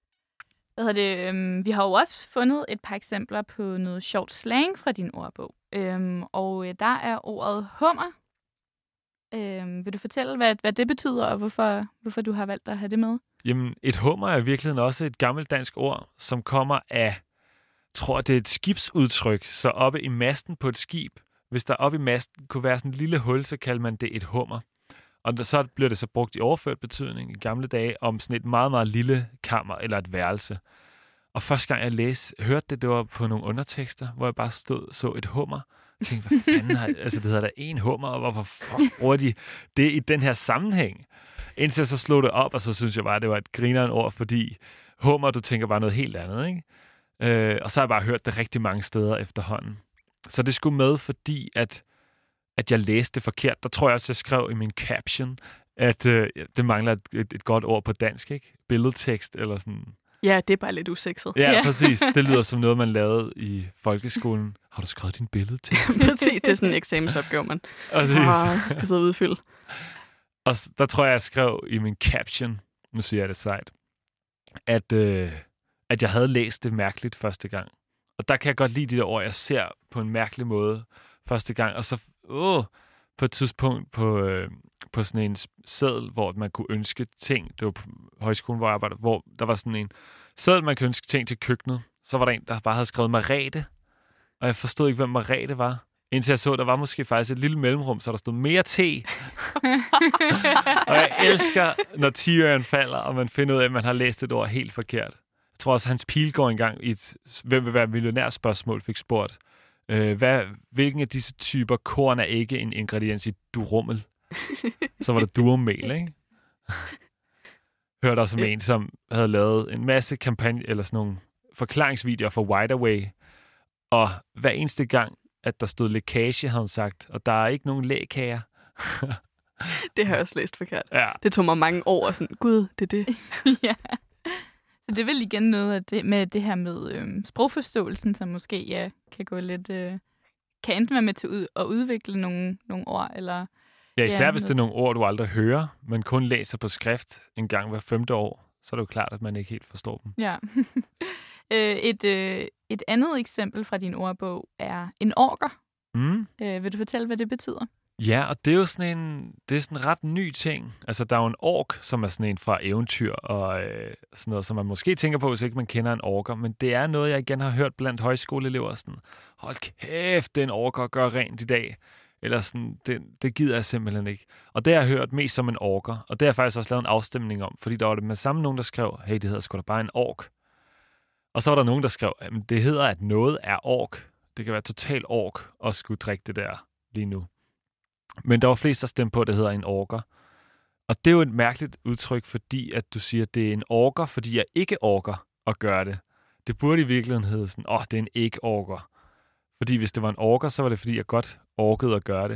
Vi har jo også fundet et par eksempler på noget sjovt slang fra din ordbog. Og der er ordet hummer. Vil du fortælle, hvad det betyder, og hvorfor du har valgt at have det med? Jamen, et hummer er i virkeligheden også et gammelt dansk ord, som kommer af, tror det er et skibsudtryk, så oppe i masten på et skib, hvis der oppe i masten kunne være sådan et lille hul, så kalder man det et hummer. Og så bliver det så brugt i overført betydning i gamle dage om sådan et meget, meget lille kammer eller et værelse. Og første gang jeg hørte det var på nogle undertekster, hvor jeg bare så et hummer. Jeg tænkte, hvad fanden det hedder der en hummer, og hvorfor fuck bruger de det i den her sammenhæng? Indtil jeg så slog det op, og så synes jeg bare, det var et grineren ord, fordi hummer, du tænker bare noget helt andet, ikke? Og så har jeg bare hørt det rigtig mange steder efterhånden. Så det skulle med, fordi at jeg læste det forkert. Der tror jeg også, jeg skrev i min caption, at det mangler et godt ord på dansk, ikke? Billedtekst eller sådan. Ja, det er bare lidt usekset. Ja, præcis. Det lyder som noget, man lavede i folkeskolen. Har du skrevet din billedtekst? Præcis, det er sådan en eksamensopgave, man skal sidde og udfylde. Og der tror jeg skrev i min caption, nu siger jeg det sejt, at jeg havde læst det mærkeligt første gang. Og der kan jeg godt lide de der ord, jeg ser på en mærkelig måde første gang. Og så på et tidspunkt på sådan en seddel, hvor man kunne ønske ting. Det var på højskolen, hvor jeg arbejdede, hvor der var sådan en seddel, man kunne ønske ting til køkkenet. Så var der en, der bare havde skrevet Marete. Og jeg forstod ikke, hvem Marete var. Indtil jeg så, der var måske faktisk et lille mellemrum, så der stod mere te. Og jeg elsker, når tiøren falder, og man finder ud af, at man har læst et ord helt forkert. Jeg tror også, Hans Pilgaard engang i et hvem vil være millionærspørgsmål fik spurgt, hvilken af disse typer korn er ikke en ingrediens i durummel? Så var det durumel, ikke? Hørte også om en, som havde lavet en masse kampagne, eller sådan nogle forklaringsvideoer for Wide Away. Og hver eneste gang, at der stod lækage, havde han sagt, og der er ikke nogen lægkager. Det har jeg også læst forkert. Ja. Det tog mig mange år, og sådan, gud, det er det. Ja. Så det er vel igen noget af det, med det her med sprogforståelsen, som måske kan gå lidt... kan enten være med til at udvikle nogle ord, eller... Ja, især hvis det er nogle ord, du aldrig hører, men kun læser på skrift en gang hver 5. år, så er det jo klart, at man ikke helt forstår dem. Ja. Et andet eksempel fra din ordbog er en orker. Vil du fortælle, hvad det betyder? Ja, og det er jo sådan en ret ny ting. Altså, der er jo en ork, som er sådan en fra eventyr og sådan noget, som man måske tænker på, hvis ikke man kender en orker. Men det er noget, jeg igen har hørt blandt højskoleelever. Sådan, hold kæft, det er en orker at gøre rent i dag. Eller sådan, det gider jeg simpelthen ikke. Og det har jeg hørt mest som en orker. Og det har jeg faktisk også lavet en afstemning om. Fordi der var det med samme nogen, der skrev, hey, det hedder sgu da bare en ork. Og så var der nogen, der skrev, jamen, det hedder, at noget er ork. Det kan være total ork at skulle drikke det der lige nu. Men der var flest, der stemte på, at det hedder en orker. Og det er jo et mærkeligt udtryk, fordi at du siger, at det er en orker, fordi jeg ikke orker at gøre det. Det burde i virkeligheden hedde sådan, det er en ikke-orker. Fordi hvis det var en orker, så var det, fordi jeg godt orkede at gøre det.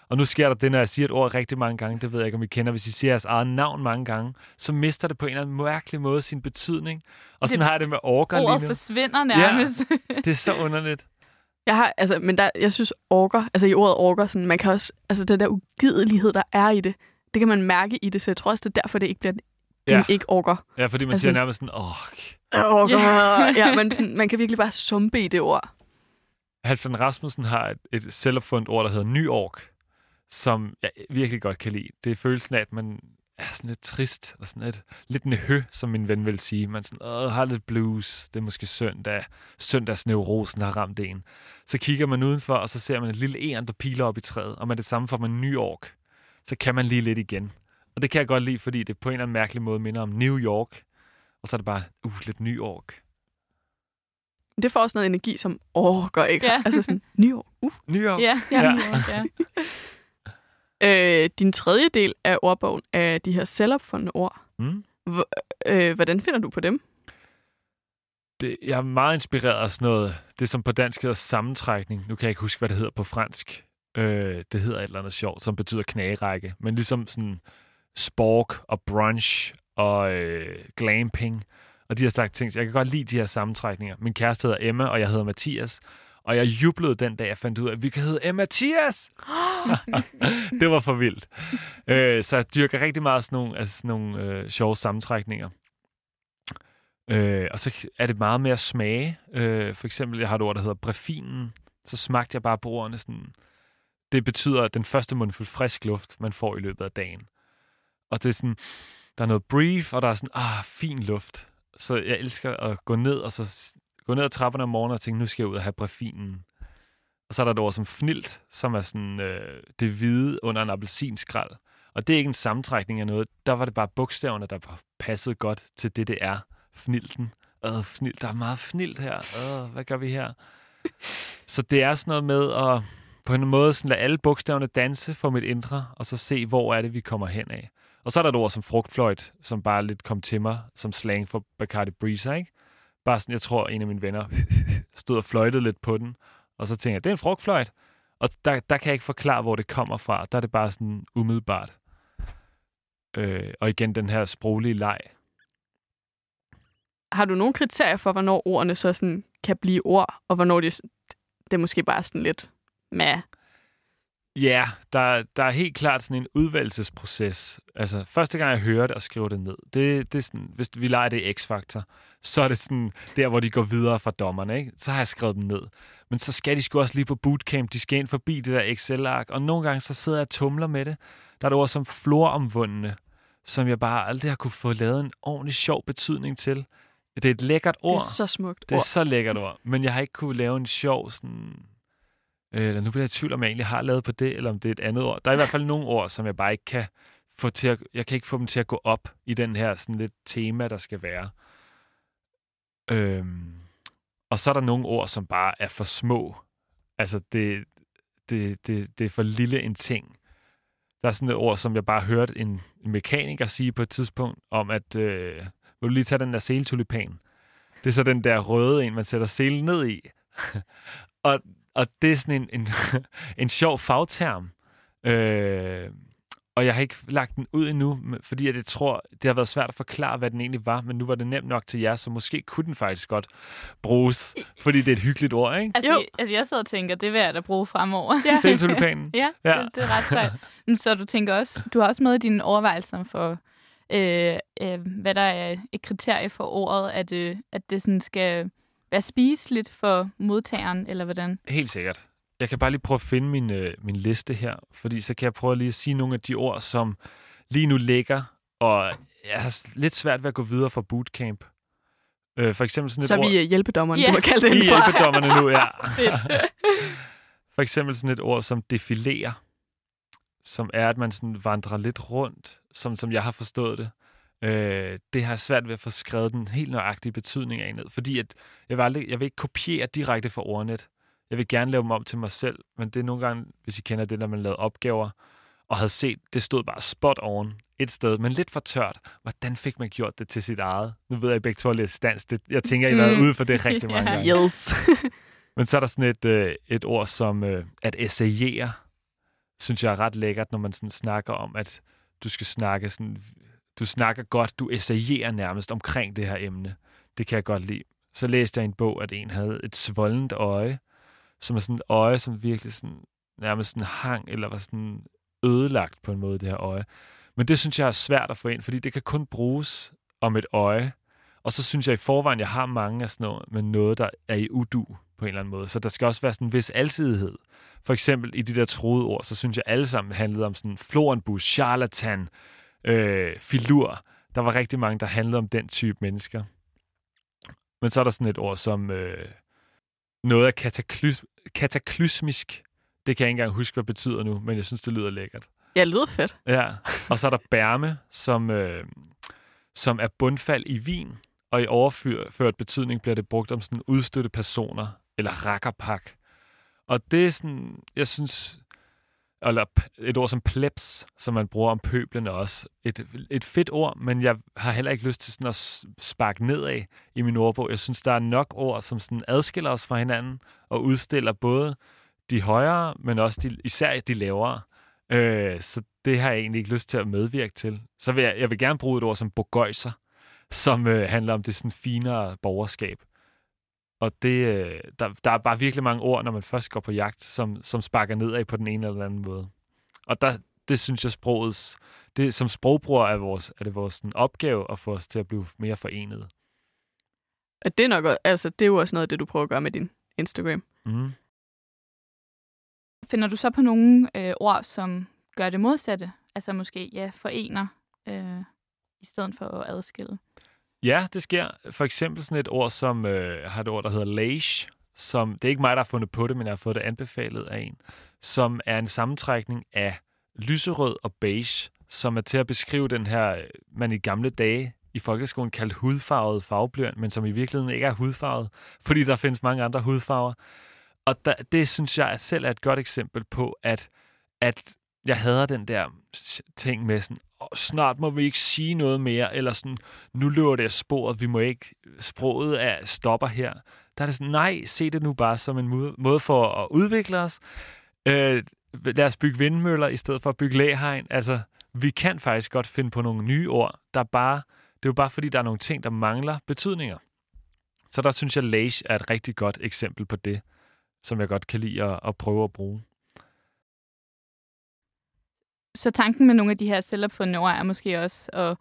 Og nu sker der det, når jeg siger et ord rigtig mange gange, det ved jeg ikke, om I kender. Hvis I siger jeres eget navn mange gange, så mister det på en eller anden mærkelig måde sin betydning. Og sådan har jeg det med orker lige nu. Ordet forsvinder nærmest. Ja, det er så underligt. Jeg synes orker, altså i ordet orker, sådan, man kan også, altså den der ugidelighed, der er i det, det kan man mærke i det, så jeg tror også, det er derfor, det ikke bliver ikke orker. Ja, fordi man siger nærmest sådan, orker. Ja, man kan virkelig bare sumpe i det ord. Halfdan Rasmussen har et selvopfundet ord, der hedder Ny-Ork, som jeg virkelig godt kan lide. Det er følelsen af, at man er sådan lidt trist, og sådan lidt nøhø, som min ven vil sige. Man sådan, har lidt blues, det er måske søndag. Søndagsneurosen har ramt en. Så kigger man udenfor, og så ser man et lille egern, der piler op i træet, og med det samme får man Ny-Ork. Så kan man lige lidt igen. Og det kan jeg godt lide, fordi det på en eller anden mærkelig måde minder om New York. Og så er det bare, lidt Ny-Ork. Det får også noget energi, som orker, ikke? Ja. Altså sådan, New York. New York. Ja. New York, ja. Din tredje del af ordbogen er de her selvopfundne ord. Hvordan finder du på dem? Jeg er meget inspireret af sådan noget, det som på dansk hedder sammentrækning. Nu kan jeg ikke huske, hvad det hedder på fransk. Det hedder et eller andet sjovt, som betyder knagerække. Men ligesom sådan spork og brunch og glamping og de her slags ting. Jeg kan godt lide de her sammentrækninger. Min kæreste hedder Emma, og jeg hedder Mathias. Og jeg jublede den dag, jeg fandt ud af, at vi kan hedde Mathias. Det var for vildt. Så jeg dyrker rigtig meget sådan nogle sjove sammentrækninger. Og så er det meget mere smage. For eksempel, jeg har et ord, der hedder brefinen. Så smagte jeg bare på ordene sådan. Det betyder den første mundfuld frisk luft, man får i løbet af dagen. Og det er sådan, der er noget brief, og der er sådan, fin luft. Så jeg elsker at gå ned, og så gå ned ad trapperne om morgenen og tænke, nu skal jeg ud og have brefinen. Og så er der et ord som fnilt, som er sådan det hvide under en appelsinskrald. Og det er ikke en sammentrækning af noget. Der var det bare bogstaverne, der passede godt til det er. Fnilten. Fnilt. Der er meget fnilt her. Hvad gør vi her? Så det er sådan noget med at på en måde sådan lade alle bogstaverne danse for mit indre, og så se, hvor er det, vi kommer hen af. Og så er der et ord som frugtfløjt, som bare lidt kom til mig, som slang for Bacardi Breezer, ikke? Bare sådan, jeg tror, en af mine venner stod og fløjtede lidt på den, og så tænkte jeg, det er en frugtfløjt. Og der kan jeg ikke forklare, hvor det kommer fra. Der er det bare sådan umiddelbart. Og igen, den her sproglige leg. Har du nogle kriterier for, hvornår ordene så sådan kan blive ord, og hvornår det er måske bare sådan lidt med? Ja, der er helt klart sådan en udvælgelsesproces. Altså, første gang jeg hører det og skriver det ned, det er sådan, hvis vi leger det i X-Factor, så er det sådan der, hvor de går videre fra dommerne, ikke? Så har jeg skrevet dem ned. Men så skal de sgu også lige på bootcamp, de skal ind forbi det der Excel-ark, og nogle gange så sidder jeg og tumler med det. Der er et ord som floromvundne, som jeg bare aldrig har kunne få lavet en ordentlig sjov betydning til. Det er et lækkert ord. Det er så smukt ord. Det er så lækkert ord, men jeg har ikke kunne lave en sjov sådan. Nu bliver jeg i tvivl, om jeg egentlig har lavet på det, eller om det er et andet ord. Der er i hvert fald nogle ord, som jeg bare ikke kan få til at. Jeg kan ikke få dem til at gå op i den her sådan lidt tema, der skal være. Og så er der nogle ord, som bare er for små. Altså, det er for lille en ting. Der er sådan et ord, som jeg bare hørte en mekaniker sige på et tidspunkt, om at, vil du lige tage den der seletulipan? Det er så den der røde en, man sætter selen ned i. Og det er sådan en sjov fagterm. Og jeg har ikke lagt den ud endnu, fordi jeg tror, det har været svært at forklare, hvad den egentlig var, men nu var det nemt nok til jer, så måske kunne den faktisk godt bruges, fordi det er et hyggeligt ord, ikke? Altså jeg sidder og tænker, det vil jeg da bruge fremover. Ja. Seletulipanen. Ja, det er ret sejt. Så du har også med i dine overvejelser for, hvad der er et kriterie for ordet, at det sådan skal være spiseligt for modtageren, eller hvordan? Helt sikkert. Jeg kan bare lige prøve at finde min liste her, fordi så kan jeg prøve lige at sige nogle af de ord, som lige nu ligger, og jeg har lidt svært ved at gå videre fra bootcamp. For eksempel sådan et så ord. Så vi er hjælpedommerne, du må kalde det Vi indenfor. er hjælpedommerne nu, ja. For eksempel sådan et ord som defilere, som er, at man sådan vandrer lidt rundt, som jeg har forstået det. Det har jeg svært ved at få skrevet den helt nøjagtige betydning af ned, fordi at jeg vil ikke kopiere direkte fra ordnet. Jeg vil gerne lave dem om til mig selv, men det er nogle gange, hvis I kender det, når man lavede opgaver, og havde set, det stod bare spot on et sted, men lidt for tørt. Hvordan fik man gjort det til sit eget? Nu ved jeg, at I begge to er lidt stands. Jeg tænker, I har været ude for det rigtig mange gange. Yes. Men så er der sådan et ord som at essayere, synes jeg er ret lækkert, når man sådan snakker om, at du skal snakke sådan, du snakker godt, du essayerer nærmest omkring det her emne. Det kan jeg godt lide. Så læste jeg en bog, at en havde et svoldent øje, som er sådan et øje, som virkelig sådan, nærmest sådan hang, eller var sådan ødelagt på en måde, det her øje. Men det synes jeg er svært at få ind, fordi det kan kun bruges om et øje. Og så synes jeg i forvejen, jeg har mange af sådan noget, med noget, der er i udu på en eller anden måde. Så der skal også være sådan en vis alsidighed. For eksempel i de der troede ord, så synes jeg alle sammen handlede om sådan florenbus, charlatan, filur. Der var rigtig mange, der handlede om den type mennesker. Men så er der sådan et ord som noget af kataklysmisk. Det kan jeg ikke engang huske, hvad det betyder nu, men jeg synes, det lyder lækkert. Ja, det lyder fedt. Ja, og så er der bærme, som er bundfald i vin, og i overført betydning bliver det brugt om sådan udstødte personer, eller rakkerpak. Og det er sådan, jeg synes, eller et ord som plebs, som man bruger om pøblene også. Et fedt ord, men jeg har heller ikke lyst til sådan at sparke nedad i min ordbog. Jeg synes, der er nok ord, som sådan adskiller os fra hinanden, og udstiller både de højere, men også især de lavere. Så det har jeg egentlig ikke lyst til at medvirke til. Så jeg vil gerne bruge et ord som bogøjser, som handler om det sådan finere borgerskab. Og det, der er bare virkelig mange ord, når man først går på jagt, som sparker nedad på den ene eller anden måde. Og det synes jeg som sprogbrugere er det vores sådan, opgave at få os til at blive mere forenet. Og det er nok, altså det er jo også noget af det, du prøver at gøre med din Instagram. Mm. Finder du så på nogle ord, som gør det modsatte? Altså måske forener i stedet for at adskille? Ja, det sker. For eksempel sådan et ord, som har et ord, der hedder lage, som det er ikke mig, der har fundet på det, men jeg har fået det anbefalet af en, som er en sammentrækning af lyserød og beige, som er til at beskrive den her, man i gamle dage i folkeskolen kaldte hudfarvet farveblyant, men som i virkeligheden ikke er hudfarvet, fordi der findes mange andre hudfarver. Og det synes jeg selv er et godt eksempel på, at jeg hader den der ting med sådan, snart må vi ikke sige noget mere, eller sådan, nu løber det af sporet, vi må ikke, sproget stopper her. Der er det sådan, nej, se det nu bare som en måde for at udvikle os. Lad os bygge vindmøller, i stedet for at bygge læhegn. Altså, vi kan faktisk godt finde på nogle nye ord. Det er jo bare fordi, der er nogle ting, der mangler betydninger. Så der synes jeg, lage er et rigtig godt eksempel på det, som jeg godt kan lide at prøve at bruge. Så tanken med nogle af de her selvopfundne ord er måske også at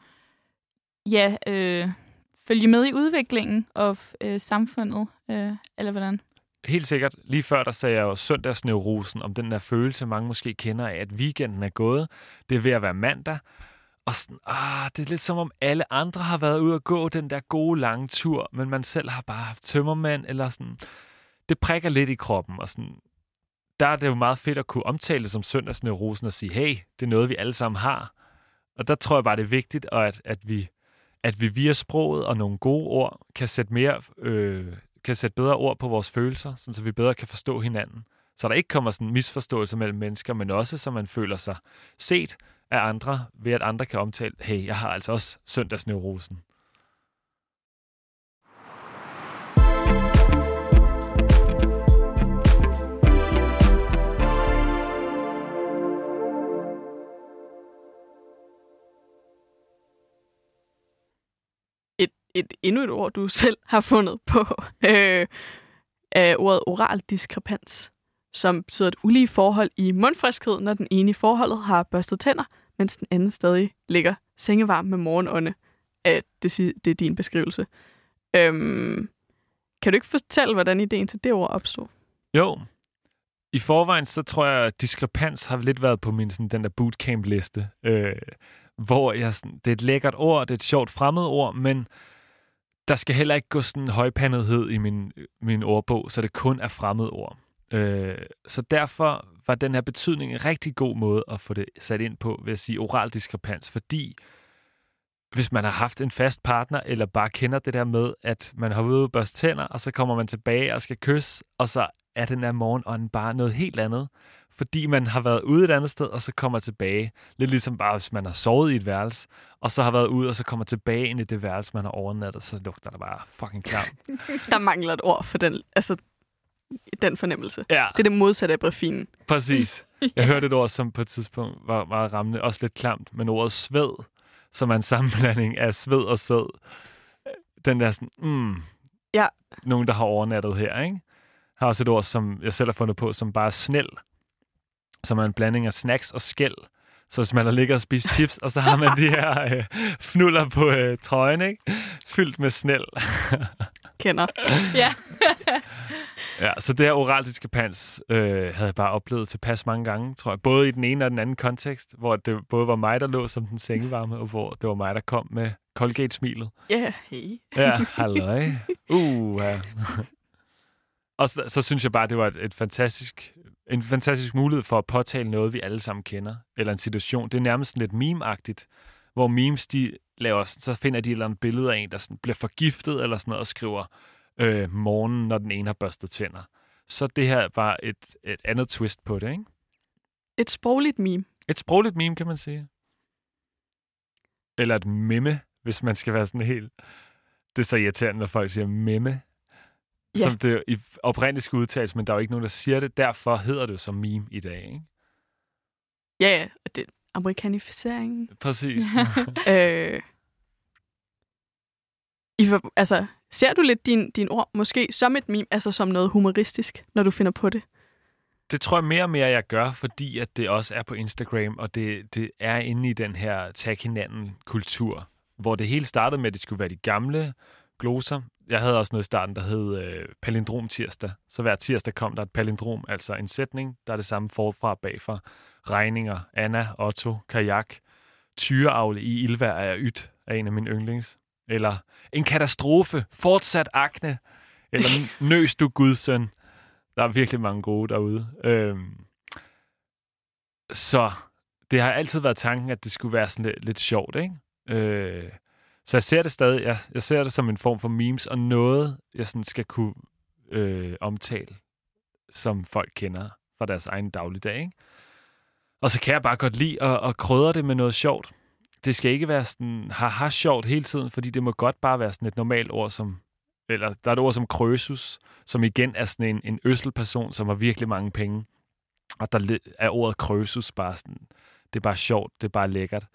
følge med i udviklingen og samfundet, eller hvordan? Helt sikkert. Lige før, der sagde jeg jo søndagsneurosen om den der følelse, mange måske kender af, at weekenden er gået. Det er ved at være mandag. Og sådan, det er lidt som om alle andre har været ude at gå den der gode lange tur, men man selv har bare haft tømmermand, eller sådan. Det prikker lidt i kroppen, og sådan. Der er det jo meget fedt at kunne omtale det som søndagsneurosen og sige, hey, det er noget, vi alle sammen har. Og der tror jeg bare, det er vigtigt, at vi via sproget og nogle gode ord kan sætte bedre ord på vores følelser, så vi bedre kan forstå hinanden. Så der ikke kommer sådan en misforståelse mellem mennesker, men også så man føler sig set af andre, ved at andre kan omtale, hey, jeg har altså også søndagsneurosen. Endnu et ord, du selv har fundet på, ordet oral diskrepans, som betyder et ulige forhold i mundfriskhed, når den ene i forholdet har børstet tænder, mens den anden stadig ligger sengevarm med morgenånde. Det er din beskrivelse. Kan du ikke fortælle, hvordan ideen til det ord opstod? Jo. I forvejen, så tror jeg, at diskrepans har lidt været på min sådan, den der bootcamp-liste, hvor jeg sådan, det er et lækkert ord, det er et sjovt fremmedord, men der skal heller ikke gå sådan en højpandethed i min ordbog, så det kun er fremmedord. Så derfor var den her betydning en rigtig god måde at få det sat ind på, ved at sige oral diskrepans, fordi hvis man har haft en fast partner, eller bare kender det der med, at man har været ude og børste tænder, og så kommer man tilbage og skal kysse, og så er den her morgenånden bare noget helt andet, fordi man har været ude et andet sted, og så kommer tilbage. Lidt ligesom bare, hvis man har sovet i et værelse, og så har været ude, og så kommer tilbage ind i det værelse, man har overnattet, så lugter der bare fucking klamt. Der mangler et ord for den fornemmelse. Ja. Det er det modsatte af brefinen. Præcis. Jeg hørte et ord, som på et tidspunkt var meget rammende, også lidt klamt, men ordet sved, som er en sammenblanding af sved og sæd. Den der sådan, Ja. Nogen, der har overnattet her, ikke? Har også et ord, som jeg selv har fundet på, som bare er snæl, som er en blanding af snacks og skæld. Så hvis man ligger og spiser chips, og så har man de her fnuller på trøjen, ikke? Fyldt med snæl. Kender. Ja. Ja, så det her oral diskrepans havde jeg bare oplevet tilpas mange gange, tror jeg. Både i den ene og den anden kontekst, hvor det både var mig, der lå som den sengevarme, og hvor det var mig, der kom med Colgate-smilet. Ja, hey. Ja, halløj. Ja. Og så synes jeg bare, det var en fantastisk mulighed for at påtale noget, vi alle sammen kender. Eller en situation. Det er nærmest sådan lidt meme-agtigt, hvor memes, de laver, så finder de et eller andet billede af en, der sådan bliver forgiftet eller sådan noget, og skriver morgenen, når den ene har børstet tænder. Så det her var et andet twist på det, ikke? Et sprogligt meme. Et sprogligt meme, kan man sige. Eller et meme, hvis man skal være sådan helt... Det er så irriterende, når folk siger meme. Ja. Som det i oprindeligt skal udtales, men der er jo ikke nogen, der siger det. Derfor hedder det som meme i dag, ikke? Ja, det er amerikanificering. Præcis. Altså, ser du lidt din ord måske som et meme, altså som noget humoristisk, når du finder på det? Det tror jeg mere og mere, jeg gør, fordi at det også er på Instagram, og det er inde i den her tag hinanden-kultur, hvor det hele startede med, at det skulle være de gamle gloser. Jeg havde også noget i starten, der hed palindrom tirsdag. Så hver tirsdag kom der et palindrom, altså en sætning, der er det samme forfra og bagfra. Regninger, Anna, Otto, kajak, tyreavle i ildvejr er ydt, er en af mine yndlings. Eller en katastrofe, fortsat akne, eller nøs du gudsøn. Der er virkelig mange gode derude. Så det har altid været tanken, at det skulle være sådan lidt sjovt, ikke? Så jeg ser det stadig, jeg ser det som en form for memes, og noget, jeg sådan skal kunne omtale, som folk kender fra deres egen dagligdag, ikke? Og så kan jeg bare godt lide at krydre det med noget sjovt. Det skal ikke være sådan haha sjovt hele tiden, fordi det må godt bare være sådan et normalt ord som, eller der er et ord som krøsus, som igen er sådan en øsselperson, som har virkelig mange penge. Og der er ordet krøsus bare sådan, det er bare sjovt, det er bare lækkert.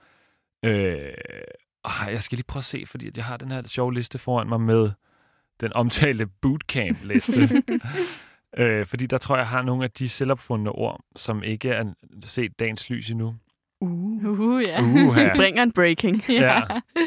Jeg skal lige prøve at se, fordi jeg har den her sjove liste foran mig med den omtalte bootcamp-liste. Fordi der tror jeg har nogle af de selvopfundne ord, som ikke er set dagens lys endnu. Ja. Bringer en breaking. Ja.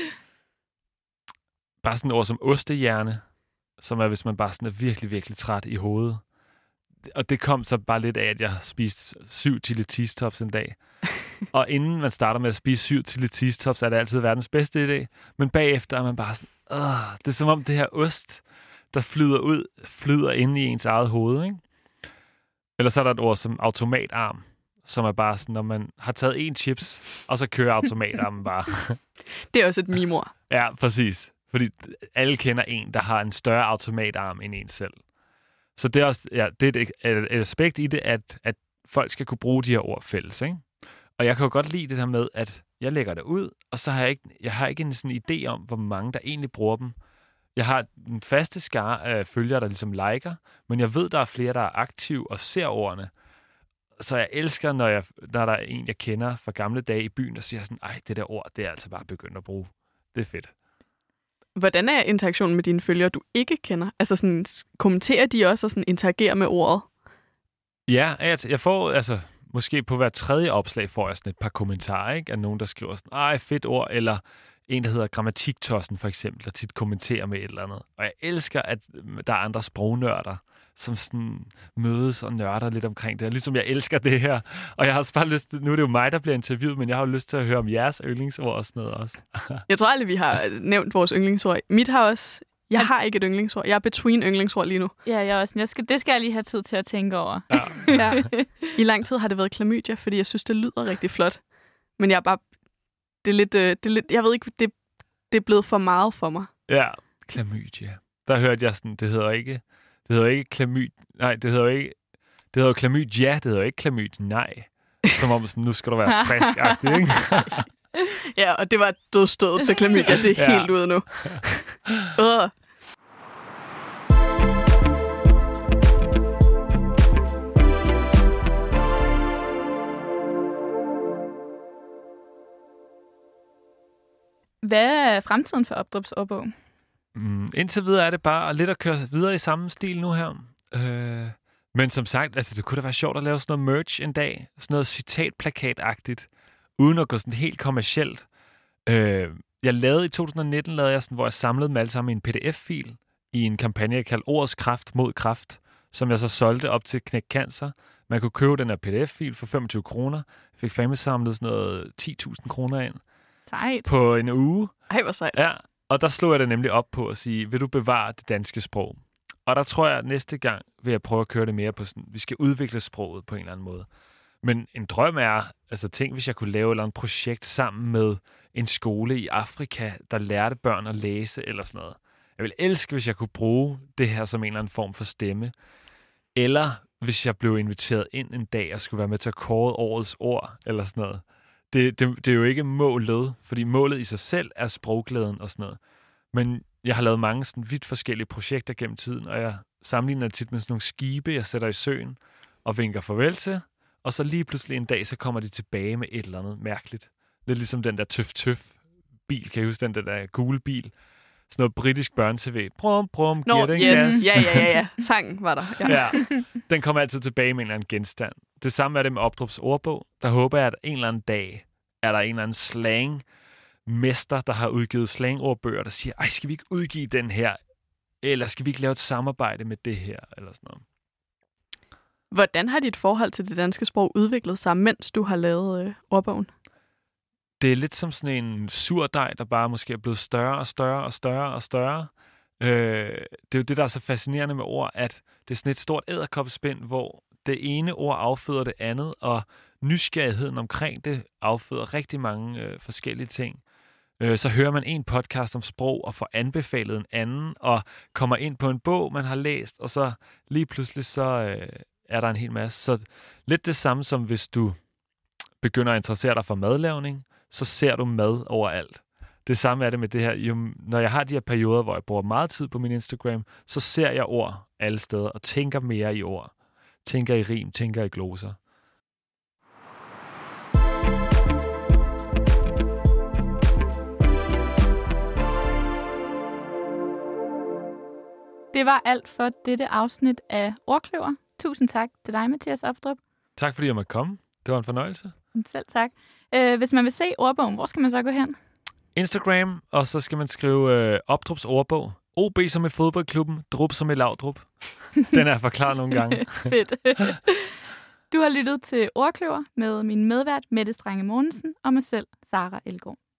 Bare sådan et ord som ostehjerne, som er, hvis man bare sådan er virkelig, virkelig træt i hovedet. Og det kom så bare lidt af, at jeg spiste 7 chili cheese tops en dag. Og inden man starter med at spise 7 chili cheese tops, er det altid verdens bedste idé. Men bagefter er man bare sådan, det er som om det her ost, der flyder inde i ens eget hoved, ikke? Eller så er der et ord som automatarm, som er bare sådan, når man har taget en chips, og så kører automatarmen bare. Det er også et meme-ord. Ja, præcis. Fordi alle kender en, der har en større automatarm end en selv. Så det er også det er et aspekt i det, at folk skal kunne bruge de her ord fælles, ikke? Og jeg kan jo godt lide det her med, at jeg lægger det ud, og så har jeg har ikke en sådan idé om, hvor mange der egentlig bruger dem. Jeg har en faste skare af følgere, der ligesom liker, men jeg ved, der er flere, der er aktive og ser ordene. Så jeg elsker, når der er en, jeg kender fra gamle dage i byen, der siger sådan, det der ord, det er altså bare begyndt at bruge. Det er fedt. Hvordan er interaktionen med dine følgere, du ikke kender? Altså sådan, kommenterer de også og sådan interagerer med ordet? Ja, jeg får, måske på hver tredje opslag får jeg sådan et par kommentarer, ikke? Af nogen, der skriver sådan, fedt ord, eller en, der hedder Grammatiktossen for eksempel, der tit kommenterer med et eller andet. Og jeg elsker, at der er andre sprognørder, som sådan mødes og nørder lidt omkring det. Ligesom jeg elsker det her. Og jeg har også bare lyst til, nu er det jo mig, der bliver interviewet, men jeg har jo lyst til at høre om jeres yndlingsord og sådan noget også. Jeg tror aldrig, vi har nævnt vores yndlingsord. Mit har også... Jeg har ikke et yndlingsord. Jeg er between yndlingsord lige nu. Ja, jeg også. Det skal jeg lige have tid til at tænke over. Ja. I lang tid har det været klamydia, fordi jeg synes, det lyder rigtig flot. Men jeg er bare... Det er lidt... Jeg ved ikke, det er blevet for meget for mig. Ja, klamydia. Der hørte jeg sådan, det hedder ikke klamydia. Nej, det hedder jo klamydia, det hedder jo ikke klamydia. Nej. Som om sådan, nu skal du være frisk-agtig, ikke? Ja, og det var dødstødet til klamydia. Det er helt ude nu. Hvad er fremtiden for Opdrups ordbog? Indtil videre er det bare lidt at køre videre i samme stil nu her. Men som sagt, altså, det kunne da være sjovt at lave sådan noget merch en dag. Sådan noget citatplakat-agtigt. Uden at gå sådan helt kommercielt. Jeg lavede i 2019, hvor jeg samlede dem alle sammen i en pdf-fil. I en kampagne, jeg kaldte Ordets Kraft mod Kraft. Som jeg så solgte op til Knæk Cancer. Man kunne købe den her pdf-fil for 25 kroner. Jeg fik fandme samlet sådan noget 10.000 kroner ind. Sejt. På en uge. Ej, hvor sejt. Ja, og der slog jeg det nemlig op på at sige, vil du bevare det danske sprog? Og der tror jeg, at næste gang vil jeg prøve at køre det mere på sådan, vi skal udvikle sproget på en eller anden måde. Men en drøm er, altså tænk, hvis jeg kunne lave et eller andet projekt sammen med en skole i Afrika, der lærte børn at læse eller sådan noget. Jeg ville elske, hvis jeg kunne bruge det her som en eller anden form for stemme. Eller hvis jeg blev inviteret ind en dag og skulle være med til at kåre årets ord eller sådan noget. Det er jo ikke målet, fordi målet i sig selv er sprogglæden og sådan noget. Men jeg har lavet mange sådan vidt forskellige projekter gennem tiden, og jeg sammenligner det tit med sådan nogle skibe, jeg sætter i søen og vinker farvel til, og så lige pludselig en dag, så kommer de tilbage med et eller andet mærkeligt. Lidt ligesom den der tøf-tøf-bil, kan I huske den der gule bil? Sådan noget britisk børne-tv. Brum, brum, giver det en gas? Ja. Sangen var der. Ja. Den kommer altid tilbage med en eller anden genstand. Det samme er det med Opdrups ordbog. Der håber jeg, at en eller anden dag er der en eller anden slang-mester, der har udgivet slangordbøger, der siger, ej, skal vi ikke udgive den her? Eller skal vi ikke lave et samarbejde med det her? Eller sådan noget. Hvordan har dit forhold til det danske sprog udviklet sig, mens du har lavet ordbogen? Det er lidt som sådan en surdej, der bare måske er blevet større og større og større og større. Det er jo det, der er så fascinerende med ord, at det er sådan et stort edderkopspind, hvor det ene ord afføder det andet, og nysgerrigheden omkring det afføder rigtig mange forskellige ting. Så hører man en podcast om sprog og får anbefalet en anden, og kommer ind på en bog, man har læst, og så lige pludselig så er der en hel masse. Så lidt det samme som hvis du begynder at interessere dig for madlavning, så ser du mad overalt. Det samme er det med det her. Jo, når jeg har de her perioder, hvor jeg bruger meget tid på min Instagram, så ser jeg ord alle steder og tænker mere i ord. Tænker i rim, tænker i gloser. Det var alt for dette afsnit af Ordkløver. Tusind tak til dig, Mathias Opdrup. Tak fordi jeg måtte komme. Det var en fornøjelse. Selv tak. Hvis man vil se ordbogen, hvor skal man så gå hen? Instagram, og så skal man skrive Opdrups ordbog. OB som i fodboldklubben, Drup som i Laudrup. Den er forklaret nogle gange. Fedt. Du har lyttet til Ordkløver med min medvært Mette Strange Mogensen og mig selv, Sara Elgaard.